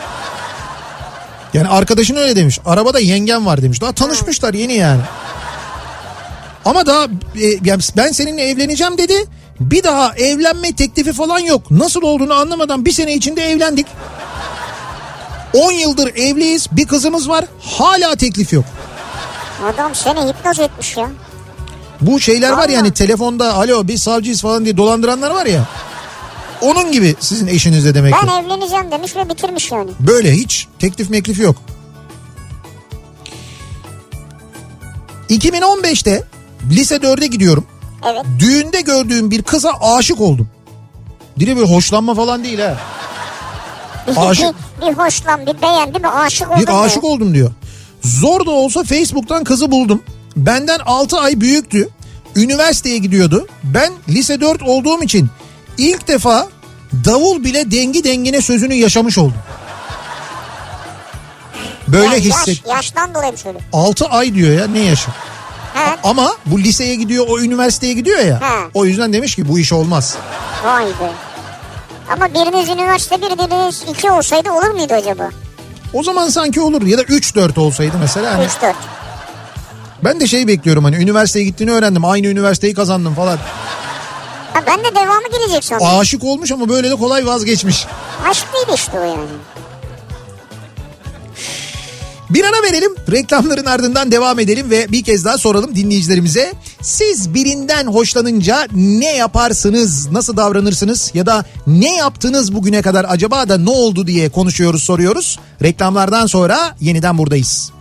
Yani arkadaşın öyle demiş. Arabada yengem var demiş. Daha tanışmışlar yeni yani. Ama daha e, yani ben seninle evleneceğim dedi. Bir daha evlenme teklifi falan yok. Nasıl olduğunu anlamadan bir sene içinde evlendik. on yıldır evliyiz, bir kızımız var, hala teklif yok. Adam seni hipnoz etmiş ya. Bu şeyler var Vallahi. yani telefonda alo biz savcıyız falan diye dolandıranlar var ya. Onun gibi sizin eşinizde demek ki. Ben evleneceğim demiş ve bitirmiş yani. Böyle hiç teklif meklif yok. iki bin on beşte lise dörde gidiyorum. Evet. Düğünde gördüğüm bir kıza aşık oldum. Dile böyle hoşlanma falan değil ha. Aşık. bir, bir hoşlan, bir beğendi, bir aşık oldum. Bir aşık diyor. oldum diyor. Zor da olsa Facebook'tan kızı buldum. Benden altı ay büyüktü. Üniversiteye gidiyordu. Ben lise dört olduğum için ilk defa davul bile dengi dengine sözünü yaşamış oldum. Böyle Yani hisset. yaş, yaştan dolayı söylüyorum. altı ay diyor ya, ne yaşı? He. Ama bu liseye gidiyor, o üniversiteye gidiyor ya. He. O yüzden demiş ki bu iş olmaz. Vay be. Ama biriniz üniversite, biriniz iki olsaydı olur muydu acaba? O zaman sanki olurdu, ya da üç dört olsaydı mesela. Hani üç dört. ben de şey bekliyorum, hani üniversiteye gittiğini öğrendim, aynı üniversiteyi kazandım falan. Ha, ben de devamı gelecek sandım. Aşık olmuş ama böyle de kolay vazgeçmiş. Aşk değil işte o yani. Bir ara verelim, reklamların ardından devam edelim ve bir kez daha soralım dinleyicilerimize. Siz birinden hoşlanınca ne yaparsınız, nasıl davranırsınız ya da ne yaptınız bugüne kadar, acaba da ne oldu diye konuşuyoruz, soruyoruz. Reklamlardan sonra yeniden buradayız.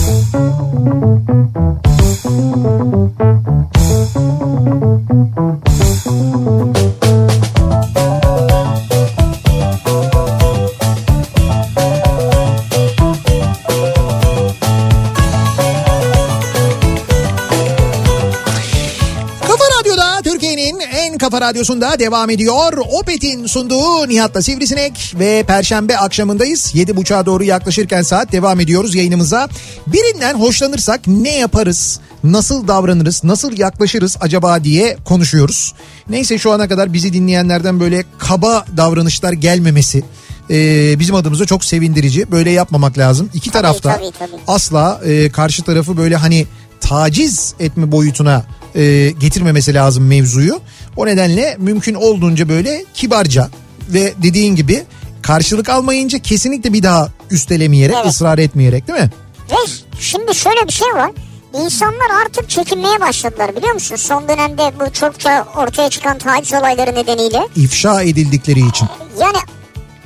Kafa Radyosu'nda devam ediyor. Opet'in sunduğu Nihat'la Sivrisinek ve Perşembe akşamındayız. yedi buçuğa doğru yaklaşırken saat devam ediyoruz yayınımıza. Birinden hoşlanırsak ne yaparız? Nasıl davranırız? Nasıl yaklaşırız acaba diye konuşuyoruz. Neyse, şu ana kadar bizi dinleyenlerden böyle kaba davranışlar gelmemesi e, bizim adımıza çok sevindirici. Böyle yapmamak lazım. İki Tabii, tarafta tabii, tabii. asla e, karşı tarafı böyle hani taciz etme boyutuna e, getirmemesi lazım mevzuyu. O nedenle mümkün olduğunca böyle kibarca ve dediğin gibi karşılık almayınca kesinlikle bir daha üstelemeyerek, evet, ısrar etmeyerek, değil mi? Ve şimdi şöyle bir şey var. İnsanlar artık çekinmeye başladılar, biliyor musun? Son dönemde bu çokça ortaya çıkan taciz olayları nedeniyle. İfşa edildikleri için. Yani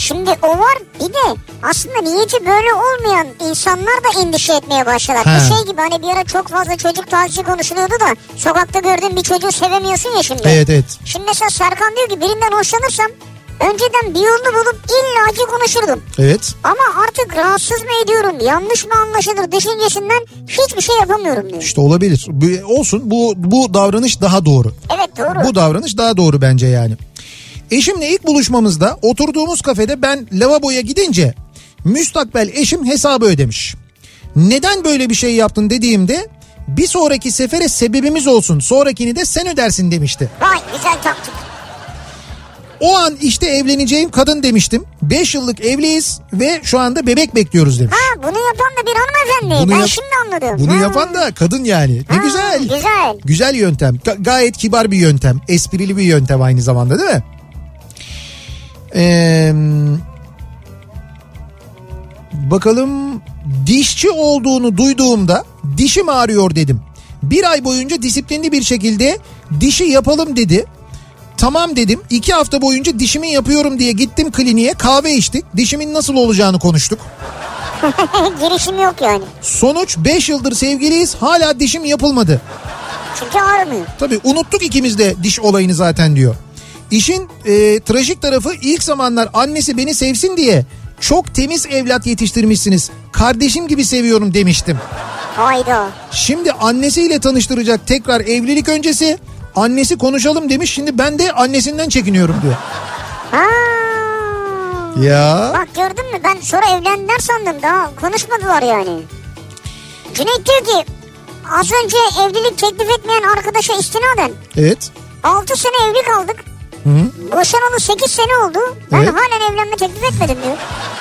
Şimdi o var, bir de aslında niyeti böyle olmayan insanlar da endişe etmeye başlar. Bu şey gibi, hani bir ara çok fazla çocuk tacizi konuşuluyordu da sokakta gördüğün bir çocuğu sevemiyorsun ya şimdi. Evet evet. Şimdi mesela Serkan diyor ki birinden hoşlanırsam önceden bir yolunu bulup illaki konuşurdum. Evet. Ama artık rahatsız mı ediyorum, yanlış mı anlaşılır düşüncesinden hiçbir şey yapamıyorum diyor. İşte olabilir. Bu, olsun bu bu davranış daha doğru. Evet doğru. Bu davranış daha doğru bence yani. Eşimle ilk buluşmamızda oturduğumuz kafede ben lavaboya gidince müstakbel eşim hesabı ödemiş. Neden böyle bir şey yaptın dediğimde bir sonraki sefere sebebimiz olsun, sonrakini de sen ödersin demişti. Vay güzel taktik. O an işte evleneceğim kadın demiştim. beş yıllık evliyiz ve şu anda bebek bekliyoruz demiş. Ha bunu yapan da bir hanımefendi. Bunu ben yap- şimdi anladım. Bunu ha. yapan da kadın yani. Ne ha, güzel. Güzel. Güzel yöntem. Ga- gayet kibar bir yöntem. Esprili bir yöntem aynı zamanda değil mi? Ee, bakalım, dişçi olduğunu duyduğumda dişim ağrıyor dedim. Bir ay boyunca disiplinli bir şekilde dişi yapalım dedi. Tamam dedim. İki hafta boyunca dişimi yapıyorum diye gittim kliniğe, kahve içtik. Dişimin nasıl olacağını konuştuk. Girişim yok yani. Sonuç beş yıldır sevgiliyiz, hala dişim yapılmadı. Çünkü ağrımıyor. Tabii unuttuk ikimiz de diş olayını zaten diyor. İşin e, trajik tarafı, ilk zamanlar annesi beni sevsin diye çok temiz evlat yetiştirmişsiniz. Kardeşim gibi seviyorum demiştim. Hayda. Şimdi annesiyle tanıştıracak, tekrar evlilik öncesi. Annesi konuşalım demiş, şimdi ben de annesinden çekiniyorum diyor. Ha. Ya. Bak gördün mü, ben sonra evlendiler sandım, daha konuşmadılar yani. Cüneyt diyor ki az önce evlilik teklif etmeyen arkadaşa istinaden Evet. altı sene evli kaldık. Hı hı. Boşanalı sekiz sene oldu. Ben Evet. halen evlenme teklif etmedim diyor.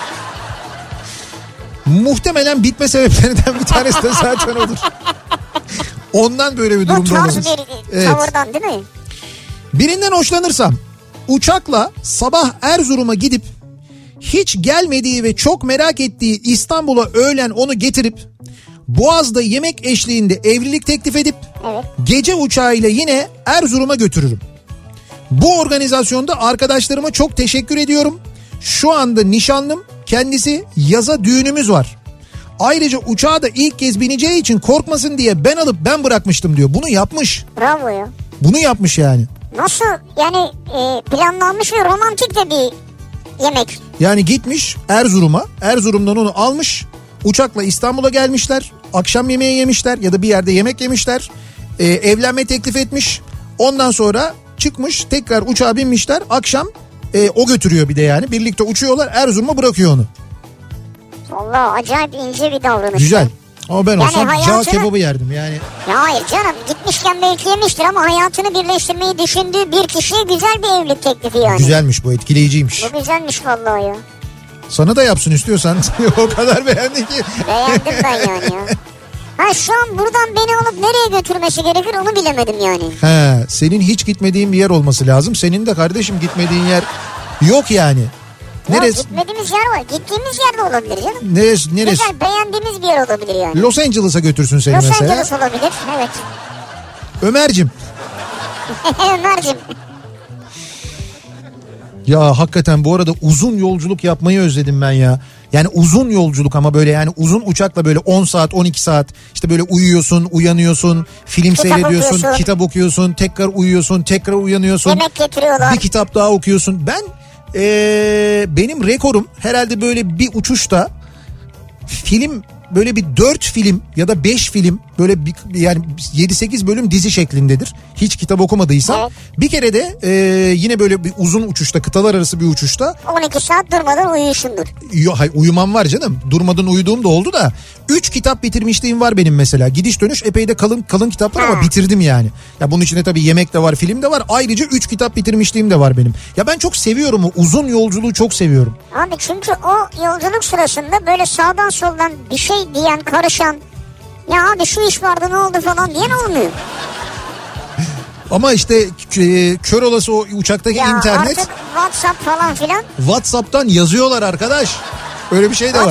Muhtemelen bitme sebeplerinden bir tanesi de zaten odur. Ondan böyle bir Bu durumda tarz olmamız. bir Evet. tavırdan değil mi? Birinden hoşlanırsam uçakla sabah Erzurum'a gidip hiç gelmediği ve çok merak ettiği İstanbul'a öğlen onu getirip Boğaz'da yemek eşliğinde evlilik teklif edip Evet. gece uçağıyla yine Erzurum'a götürürüm. Bu organizasyonda arkadaşlarıma çok teşekkür ediyorum. Şu anda nişanlım, kendisi, yaza düğünümüz var. Ayrıca uçağa da ilk kez bineceği için korkmasın diye ben alıp ben bırakmıştım diyor. Bunu yapmış. Bravo ya. Bunu yapmış yani. Nasıl yani, e, planlanmış ve romantik de bir yemek. Yani gitmiş Erzurum'a, Erzurum'dan onu almış, uçakla İstanbul'a gelmişler, akşam yemeği yemişler ya da bir yerde yemek yemişler, ee, evlenme teklif etmiş, ondan sonra çıkmış, tekrar uçağa binmişler, akşam e, o götürüyor bir de, yani birlikte uçuyorlar, Erzurum'a bırakıyor onu. Vallahi acayip ince bir davranış. Güzel. Ama ben Yani olsam hayatını- cağ kebabı yerdim yani. Ya hayır canım, gitmişken belki yemiştir ama hayatını birleştirmeyi düşündüğü bir kişiye güzel bir evlilik teklifi yani. Güzelmiş bu, etkileyiciymiş. Bu güzelmiş vallahi ya. Sana da yapsın istiyorsan. O kadar beğendin ki. Beğendim ben yani ya. Ha şu an buradan beni alıp nereye götürmesi gerekir onu bilemedim yani. He, senin hiç gitmediğin bir yer olması lazım. Senin de kardeşim gitmediğin yer yok yani. Ya Neresi? gitmediğimiz yer var. Gittiğimiz yer de olabilir canım. Neresi? Neresi? Güzel beğendiğimiz bir yer olabilir yani. Los Angeles'a götürsün seni Los mesela. Angeles olabilir. Evet. Ömer'cim. Ömer'cim. Ya hakikaten bu arada uzun yolculuk yapmayı özledim ben ya. Yani uzun yolculuk ama böyle, yani uzun uçakla böyle on saat on iki saat işte böyle uyuyorsun, uyanıyorsun, film Kitap seyrediyorsun, okuyorsun. kitap okuyorsun, tekrar uyuyorsun, tekrar uyanıyorsun. Yemek getiriyorlar. Bir kitap daha okuyorsun. Ben ee, benim rekorum herhalde böyle bir uçuşta film, böyle bir dört film ya da beş film, böyle bir, yani yedi sekiz bölüm dizi şeklindedir. Hiç kitap okumadıysam. Evet. Bir kere de e, yine böyle bir uzun uçuşta, kıtalar arası bir uçuşta. on iki saat durmadan uyuyorsundur. Yo, hayır, uyumam var canım. Durmadan uyuduğum da oldu da. Üç kitap bitirmişliğim var benim mesela. Gidiş dönüş epey de kalın kalın kitaplar ama Ha. bitirdim yani. Ya bunun içinde tabii yemek de var, film de var. Ayrıca üç kitap bitirmişliğim de var benim. Ya ben çok seviyorum o uzun yolculuğu, çok seviyorum. Abi çünkü o yolculuk sırasında böyle sağdan soldan bir şey diyen, karışan, ya abi şu iş vardı ne oldu falan diyen olmuyor. Ama işte e, kör olası o uçaktaki Ya internet, artık WhatsApp falan filan. WhatsApp'tan yazıyorlar arkadaş. Öyle bir şey de var. WhatsApp'tan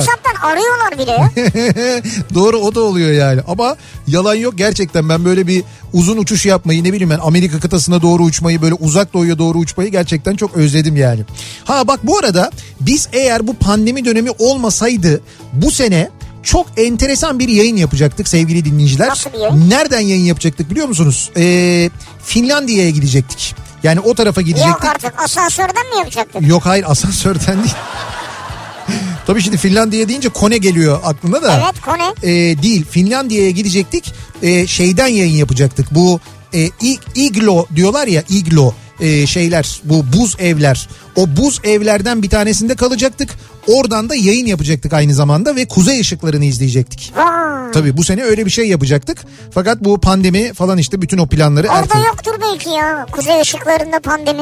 arıyorlar bile ya. Doğru, o da oluyor yani. Ama yalan yok, gerçekten ben böyle bir uzun uçuş yapmayı, ne bileyim ben Amerika kıtasına doğru uçmayı, böyle uzak doğuya doğru uçmayı gerçekten çok özledim yani. Ha bak, bu arada biz eğer bu pandemi dönemi olmasaydı bu sene çok enteresan bir yayın yapacaktık sevgili dinleyiciler. Nasıl bir yayın? Nereden yayın yapacaktık biliyor musunuz? Ee, Finlandiya'ya gidecektik. Yani o tarafa gidecektik. Yok artık, asansörden mi yapacaktık? Yok hayır, asansörden değil. Tabii şimdi Finlandiya deyince Kone geliyor aklına da. Evet, Kone. Ee, değil, Finlandiya'ya gidecektik. Ee, şeyden yayın yapacaktık. Bu e, iglo diyorlar ya, iglo e, şeyler, bu buz evler. O buz evlerden bir tanesinde kalacaktık. Oradan da yayın yapacaktık aynı zamanda ve kuzey ışıklarını izleyecektik. Vay. Tabii bu sene öyle bir şey yapacaktık. Fakat bu pandemi falan işte bütün o planları Orada erteledi. yoktur belki ya, kuzey ışıklarında pandemi.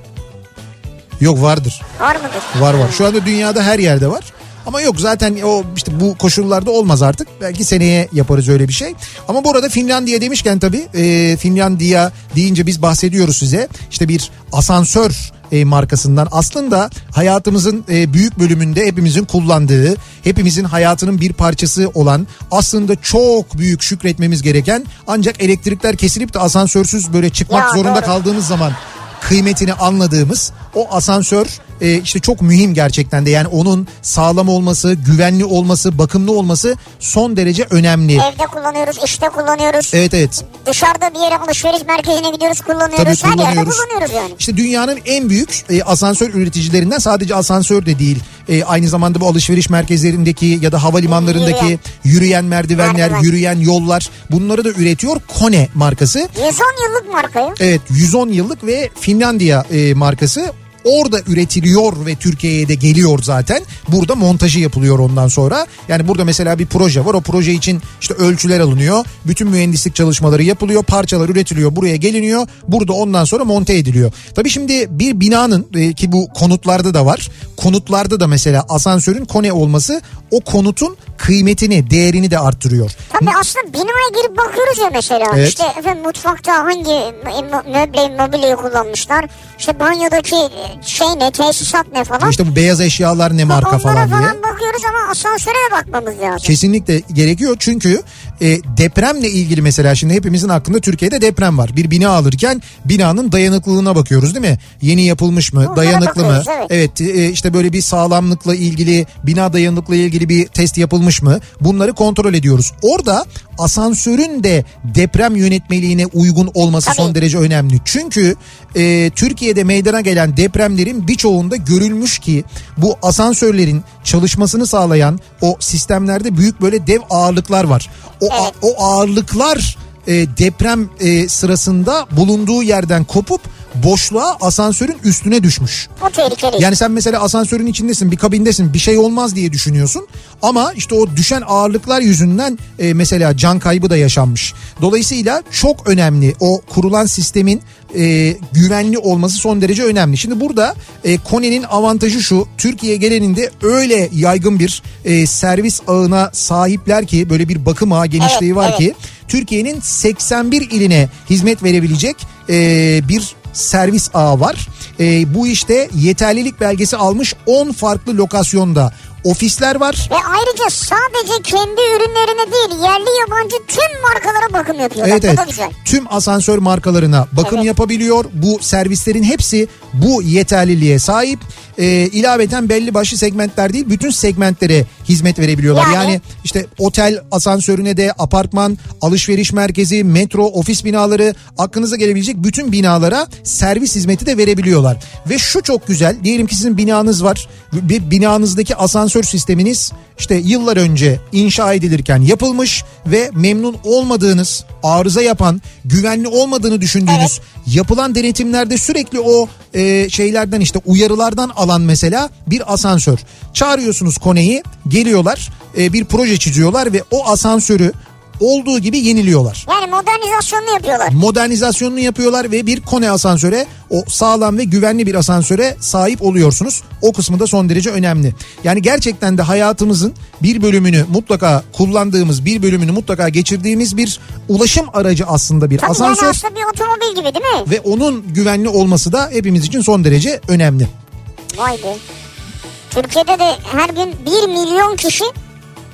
Yok, vardır. Var mıdır? Var var. Şu anda dünyada her yerde var. Ama yok, zaten o işte bu koşullarda olmaz artık. Belki seneye yaparız öyle bir şey. Ama bu arada Finlandiya demişken tabii e, Finlandiya deyince biz bahsediyoruz size. İşte bir asansör e, markasından, aslında hayatımızın e, büyük bölümünde hepimizin kullandığı, hepimizin hayatının bir parçası olan, aslında çok büyük şükretmemiz gereken, ancak elektrikler kesilip de asansörsüz böyle çıkmak Ya, zorunda doğru. kaldığımız zaman kıymetini anladığımız o asansör e, işte çok mühim gerçekten de. Yani onun sağlam olması, güvenli olması, bakımlı olması son derece önemli. Evde kullanıyoruz, işte kullanıyoruz. Evet evet. Dışarıda bir yere, alışveriş merkezine gidiyoruz, kullanıyoruz. Tabii Her yerde kullanıyoruz. kullanıyoruz yani. İşte dünyanın en büyük e, asansör üreticilerinden, sadece asansör de değil. E, aynı zamanda bu alışveriş merkezlerindeki ya da havalimanlarındaki Yürüyen. yürüyen merdivenler, Merdiven. yürüyen yollar, bunları da üretiyor Kone markası. yüz on yıllık markayı. Evet, yüz on yıllık ve Finlandiya e, markası. Orada üretiliyor ve Türkiye'ye de geliyor zaten. Burada montajı yapılıyor ondan sonra. Yani burada mesela bir proje var. O proje için işte ölçüler alınıyor. Bütün mühendislik çalışmaları yapılıyor. Parçalar üretiliyor. Buraya geliniyor. Burada ondan sonra monte ediliyor. Tabii şimdi bir binanın e, ki bu konutlarda da var. Konutlarda da mesela asansörün Kone olması o konutun kıymetini, değerini de arttırıyor. Tabii aslında binaya girip bakıyoruz ya mesela. Evet. İşte efendim mutfakta hangi möbleyi, mobilyayı kullanmışlar. İşte banyodaki şey ne, tesisat ne falan. İşte bu beyaz eşyalar ne marka Onlara falan diye. falan bakıyoruz ama asansöre de bakmamız lazım. Kesinlikle gerekiyor, çünkü e, depremle ilgili mesela şimdi hepimizin aklında Türkiye'de deprem var. Bir bina alırken binanın dayanıklılığına bakıyoruz değil mi? Yeni yapılmış mı? Bunlara Dayanıklı mı? bakıyoruz, evet. Evet, e, işte böyle bir sağlamlıkla ilgili, bina dayanıklılıkla ilgili bir test yapılmış mı? Bunları kontrol ediyoruz. Orada asansörün de deprem yönetmeliğine uygun olması Tabii. son derece önemli. Çünkü e, Türkiye'de meydana gelen depremlerin birçoğunda görülmüş ki bu asansörlerin çalışmasını sağlayan o sistemlerde büyük böyle dev ağırlıklar var. O, Evet. a- o ağırlıklar e, deprem e, sırasında bulunduğu yerden kopup boşluğa, asansörün üstüne düşmüş. Bu tehlikeli. Yani sen mesela asansörün içindesin, bir kabindesin, bir şey olmaz diye düşünüyorsun. Ama işte o düşen ağırlıklar yüzünden e, mesela can kaybı da yaşanmış. Dolayısıyla çok önemli o kurulan sistemin e, güvenli olması son derece önemli. Şimdi burada e, Kone'nin avantajı şu: Türkiye genelinde öyle yaygın bir e, servis ağına sahipler ki, böyle bir bakım ağı genişliği Evet, var evet. ki Türkiye'nin seksen bir iline hizmet verebilecek e, bir servis ağı var. E, bu işte yeterlilik belgesi almış on farklı lokasyonda ofisler var. Ve ayrıca sadece kendi ürünlerine değil, yerli yabancı tüm markalara bakım yapıyorlar. Evet Bu evet. da güzel. Tüm asansör markalarına bakım Evet. yapabiliyor. Bu servislerin hepsi bu yeterliliğe sahip. Ee, ilaveten belli başlı segmentler değil, bütün segmentlere hizmet verebiliyorlar. Yani, Yani? işte otel asansörüne de, apartman, alışveriş merkezi, metro, ofis binaları, aklınıza gelebilecek bütün binalara servis hizmeti de verebiliyorlar. Ve şu çok güzel: diyelim ki sizin binanız var. Bir binanızdaki asansör sisteminiz işte yıllar önce inşa edilirken yapılmış ve memnun olmadığınız, arıza yapan, güvenli olmadığını düşündüğünüz, yapılan denetimlerde sürekli o e, şeylerden, işte uyarılardan alan mesela bir asansör. Çağırıyorsunuz Kone'yi, geliyorlar, e, bir proje çiziyorlar ve o asansörü olduğu gibi yeniliyorlar. Yani modernizasyonunu yapıyorlar. Modernizasyonunu yapıyorlar ve bir Kone asansöre, o sağlam ve güvenli bir asansöre sahip oluyorsunuz. O kısmı da son derece önemli. Yani gerçekten de hayatımızın bir bölümünü mutlaka kullandığımız, bir bölümünü mutlaka geçirdiğimiz bir ulaşım aracı aslında bir Tabii asansör. yani aslında bir otomobil gibi değil mi? Ve onun güvenli olması da hepimiz için son derece önemli. Vay be. Türkiye'de de her gün bir milyon kişi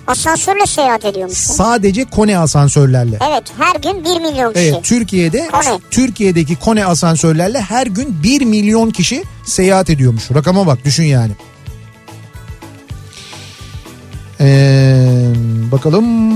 Asansörle seyahat ediyormuş. Sadece Kone asansörlerle. Evet, her gün bir milyon kişi. Evet, Türkiye'de Kone. Türkiye'deki Kone asansörlerle her gün bir milyon kişi seyahat ediyormuş. Rakama bak, düşün yani. Ee, bakalım.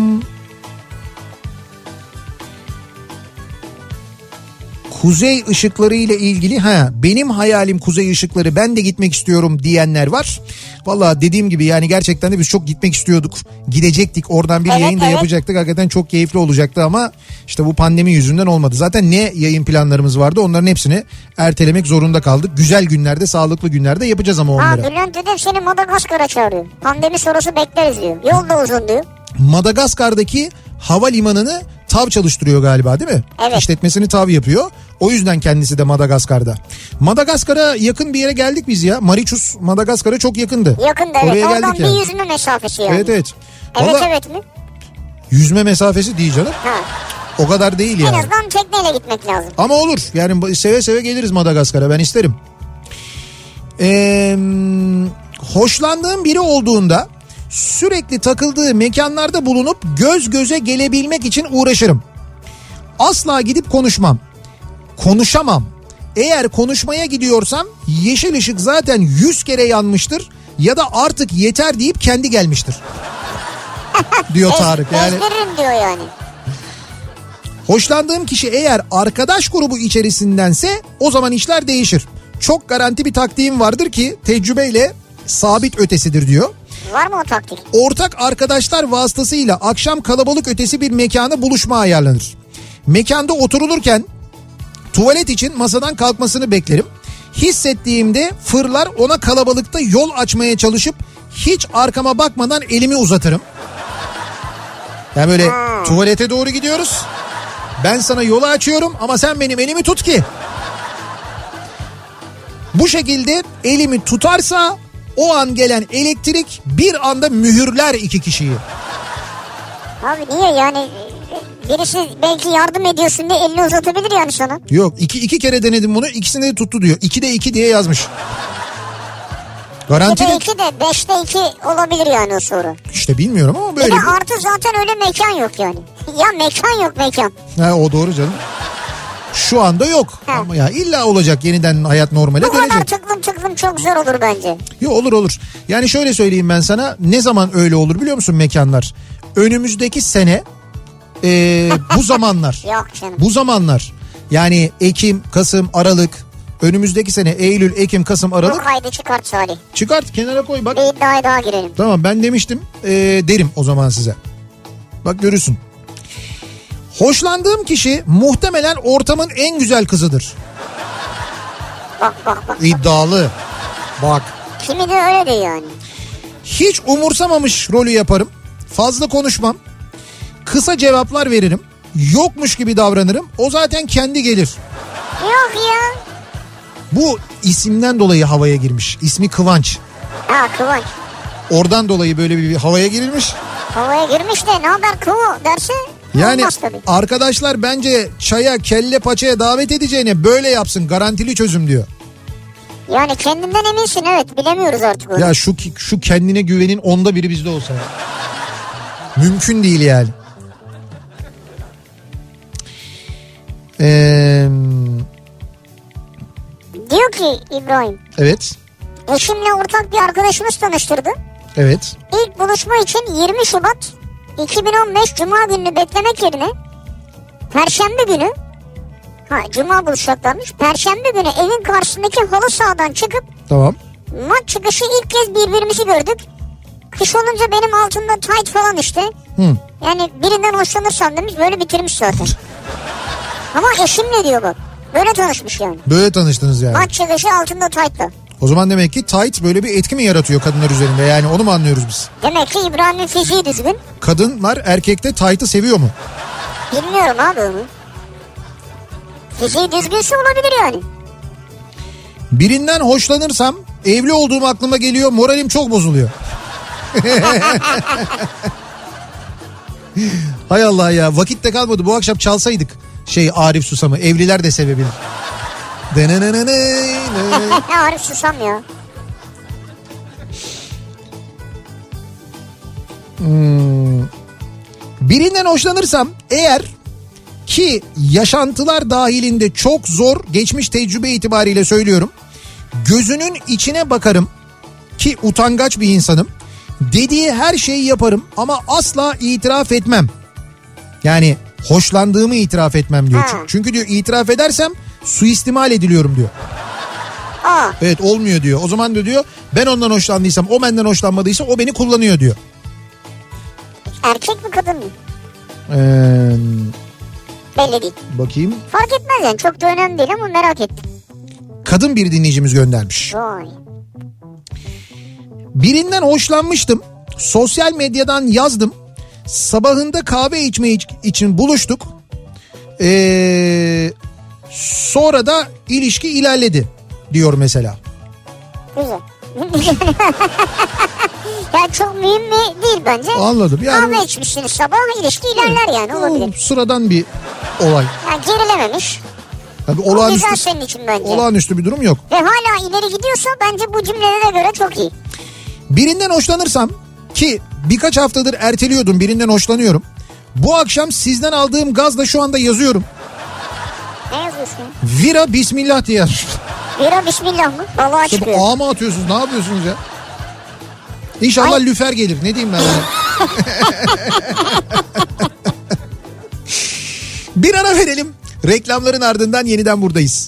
Kuzey ışıkları ile ilgili ha benim hayalim kuzey ışıkları, ben de gitmek istiyorum diyenler var. Vallahi dediğim gibi yani gerçekten de biz çok gitmek istiyorduk. Gidecektik, oradan bir evet, yayın da evet. yapacaktık. Hakikaten çok keyifli olacaktı ama işte bu pandemi yüzünden olmadı. Zaten ne yayın planlarımız vardı, onların hepsini ertelemek zorunda kaldık. Güzel günlerde, sağlıklı günlerde yapacağız ama onları. Ha, Bülent dedim seni Madagaskar'a çağırıyor. Pandemi sonrası bekleriz diyor. Yol da uzun diyor. Madagaskar'daki havalimanını TAV çalıştırıyor galiba, değil mi? Evet. İşletmesini TAV yapıyor. O yüzden kendisi de Madagaskar'da. Madagaskar'a yakın bir yere geldik biz ya. Mauritius Madagaskar'a çok yakındı. Yakında evet. Oraya Oradan geldik bir yani. yüzme mesafesi yani. Evet evet. Evet Vallahi evet mi? yüzme mesafesi değil canım. Ha. O kadar değil En yani. azından tekneyle gitmek lazım. Ama olur. Yani seve seve geliriz Madagaskar'a, ben isterim. Ee, hoşlandığım biri olduğunda sürekli takıldığı mekanlarda bulunup göz göze gelebilmek için uğraşırım. Asla gidip konuşmam. Konuşamam. Eğer konuşmaya gidiyorsam yeşil ışık zaten yüz kere yanmıştır ya da artık yeter deyip kendi gelmiştir. diyor Tarık. Yani Ezdiririm diyor yani. hoşlandığım kişi eğer arkadaş grubu içerisindense o zaman işler değişir. Çok garanti bir taktiğim vardır ki tecrübeyle sabit ötesidir diyor. Var mı o taktik? Ortak arkadaşlar vasıtasıyla akşam kalabalık ötesi bir mekana buluşma ayarlanır. Mekanda oturulurken tuvalet için masadan kalkmasını beklerim. Hissettiğimde fırlar ona kalabalıkta yol açmaya çalışıp hiç arkama bakmadan elimi uzatırım. Yani böyle hmm. tuvalete doğru gidiyoruz. Ben sana yolu açıyorum ama sen benim elimi tut ki. Bu şekilde elimi tutarsa o an gelen elektrik bir anda mühürler iki kişiyi. Abi niye yani, birisi belki yardım ediyorsun diye elini uzatabilir yani sana. Yok, iki, iki kere denedim bunu, ikisini de tuttu diyor. İkide iki diye yazmış. Garantili. ikide iki de beşte iki olabilir yani o soru. İşte bilmiyorum ama böyle. Bir de artı zaten öyle mekan yok yani. Ya mekan yok mekan. Ha, o doğru canım. Şu anda yok. Ha. Ama ya illa olacak, yeniden hayat normale Bu dönecek. kadar tıklım tıklım çok zor olur bence. Yok, olur olur. Yani şöyle söyleyeyim ben sana, ne zaman öyle olur biliyor musun mekanlar? Önümüzdeki sene e, bu zamanlar. Yok canım. Bu zamanlar yani Ekim, Kasım, Aralık, önümüzdeki sene Eylül, Ekim, Kasım, Aralık. Bu kaydı çıkart Salih. Çıkart, kenara koy bak. Bir iddiaya daha girelim. Tamam, ben demiştim e, derim o zaman size. Bak görürsün. Hoşlandığım kişi muhtemelen ortamın en güzel kızıdır. Bak bak bak. İddialı. Bak. Kimi de öyle de yani. Hiç umursamamış rolü yaparım. Fazla konuşmam. Kısa cevaplar veririm. Yokmuş gibi davranırım. O zaten kendi gelir. Yok ya. Bu isimden dolayı havaya girmiş. İsmi Kıvanç. Ha, Kıvanç. Oradan dolayı böyle bir havaya girilmiş. Havaya girmiş de ne haber Kıvu derse yani arkadaşlar bence çaya, kelle paçaya davet edeceğine böyle yapsın, garantili çözüm diyor. Yani kendinden eminsin, evet, bilemiyoruz artık onu. Ya şu şu kendine güvenin onda biri bizde olsa. Mümkün değil yani. Eee... Diyor ki İbrahim. Evet. Eşimle ortak bir arkadaşımız tanıştırdı. Evet. İlk buluşma için yirmi Şubat iki bin on beş Cuma gününü beklemek yerine Perşembe günü, ha Cuma buluşacaklarmış, Perşembe günü evin karşısındaki halı sahadan çıkıp tamam. Maç çıkışı ilk kez birbirimizi gördük. Kış olunca benim altımda tight falan işte. Hı. Yani birinden hoşlanırsam demiş, böyle bitirmiş zaten. Ama eşim ne diyor bak. Böyle tanışmış yani. Böyle tanıştınız yani. Maç çıkışı altında tight'la. O zaman demek ki tight böyle bir etki mi yaratıyor kadınlar üzerinde, yani onu mu anlıyoruz biz? Demek ki İbrahim'in fiziği düzgün. Kadınlar erkekte tight'ı seviyor mu? Bilmiyorum abi onu. Fiziği düzgünse olabilir yani. Birinden hoşlanırsam evli olduğum aklıma geliyor, moralim çok bozuluyor. Hay Allah ya, vakit de kalmadı, bu akşam çalsaydık şey Arif Susam'ı, evliler de sevebilir. Arif Susam ya. Hmm. Birinden hoşlanırsam eğer, ki yaşantılar dahilinde çok zor, geçmiş tecrübe itibariyle söylüyorum, gözünün içine bakarım, ki utangaç bir insanım, dediği her şeyi yaparım ama asla itiraf etmem. Yani hoşlandığımı itiraf etmem diyor. Ha. Çünkü diyor itiraf edersem suistimal ediliyorum diyor. Aa. Evet, olmuyor diyor. O zaman da diyor ben ondan hoşlandıysam, o benden hoşlanmadıysa o beni kullanıyor diyor. Erkek mi kadın mı? Ee, Belli değil. bakayım. Fark etmez yani, çok da önemli değil ama merak ettim. Kadın bir dinleyicimiz göndermiş. Vay. Birinden hoşlanmıştım. Sosyal medyadan yazdım. Sabahında kahve içme için buluştuk. Ee, sonra da ilişki ilerledi diyor mesela. Güzel. Yani çok mühim mi değil bence. Anladım. Yani kahve içmişsiniz sabah, ilişki ilerler yani, olabilir. Sıradan bir olay. Yani gerilememiş. Yani O olağanüstü, güzel senin için bence. olağanüstü bir durum yok. Ve hala ileri gidiyorsa bence bu cümlelere göre çok iyi. Birinden hoşlanırsam, ki birkaç haftadır erteliyordum, birinden hoşlanıyorum. Bu akşam sizden aldığım gazla şu anda yazıyorum. Ne yazıyorsun? Vira bismillah diye yazmış. Vira bismillah mı? Balığa İşte çıkıyor. bu ağa mı atıyorsunuz, ne yapıyorsunuz ya? İnşallah Ay. lüfer gelir, ne diyeyim ben ona. Bir ara verelim. Reklamların ardından yeniden buradayız.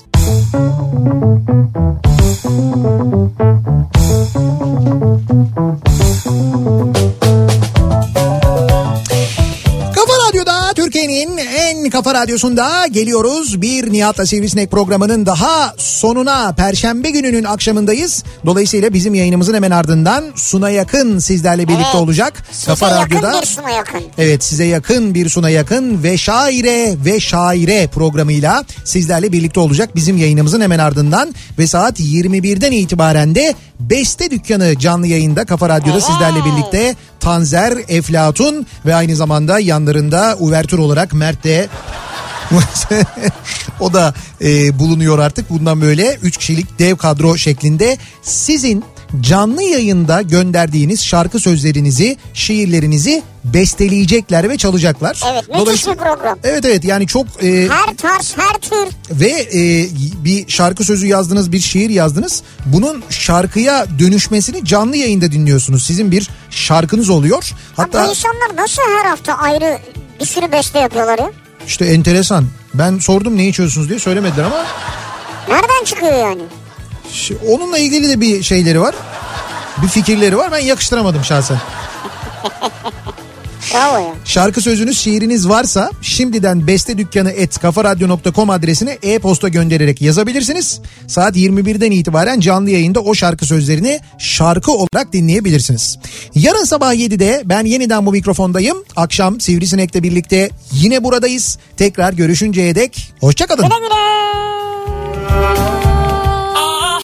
Kafa Radyo'da, Türkiye'nin en kafa radyosunda geliyoruz. Bir Nihat'la Sivrisinek programının daha sonuna, Perşembe gününün akşamındayız. Dolayısıyla bizim yayınımızın hemen ardından Suna Yakın sizlerle birlikte Evet. olacak. Size Kafa yakın Radyo'da. bir Suna Yakın. Evet, size yakın bir Suna Yakın ve Şaire ve Şaire programıyla sizlerle birlikte olacak bizim yayınımızın hemen ardından ve saat yirmi birden itibaren de Beste Dükkanı canlı yayında Kafa Radyo'da Evet. sizlerle birlikte Tanzer, Eflatun ve aynı zamanda yanlarında uvertür olarak Mert de o da e, bulunuyor artık. Bundan böyle üç kişilik dev kadro şeklinde sizin canlı yayında gönderdiğiniz şarkı sözlerinizi, şiirlerinizi besteleyecekler ve çalacaklar. Evet, müthiş bir program. Evet evet, yani çok... E, Her tarz, her tür. ve e, bir şarkı sözü yazdınız, bir şiir yazdınız. Bunun şarkıya dönüşmesini canlı yayında dinliyorsunuz. Sizin bir şarkınız oluyor. Hatta Hatta bu insanlar nasıl her hafta ayrı bir sürü beste yapıyorlar ya? işte enteresan. Ben sordum ne içiyorsunuz diye, söylemediler ama... Nereden çıkıyor yani? Onunla ilgili de bir şeyleri var. Bir fikirleri var. Ben yakıştıramadım şahsen. Bravo ya. Şarkı sözünüz, şiiriniz varsa şimdiden bestedükkanı et kafaradyo nokta com adresine e-posta göndererek yazabilirsiniz. Saat yirmi birden itibaren canlı yayında o şarkı sözlerini şarkı olarak dinleyebilirsiniz. Yarın sabah yedide ben yeniden bu mikrofondayım. Akşam Sivrisinek'le birlikte yine buradayız. Tekrar görüşünceye dek hoşça kalın. Güle güle.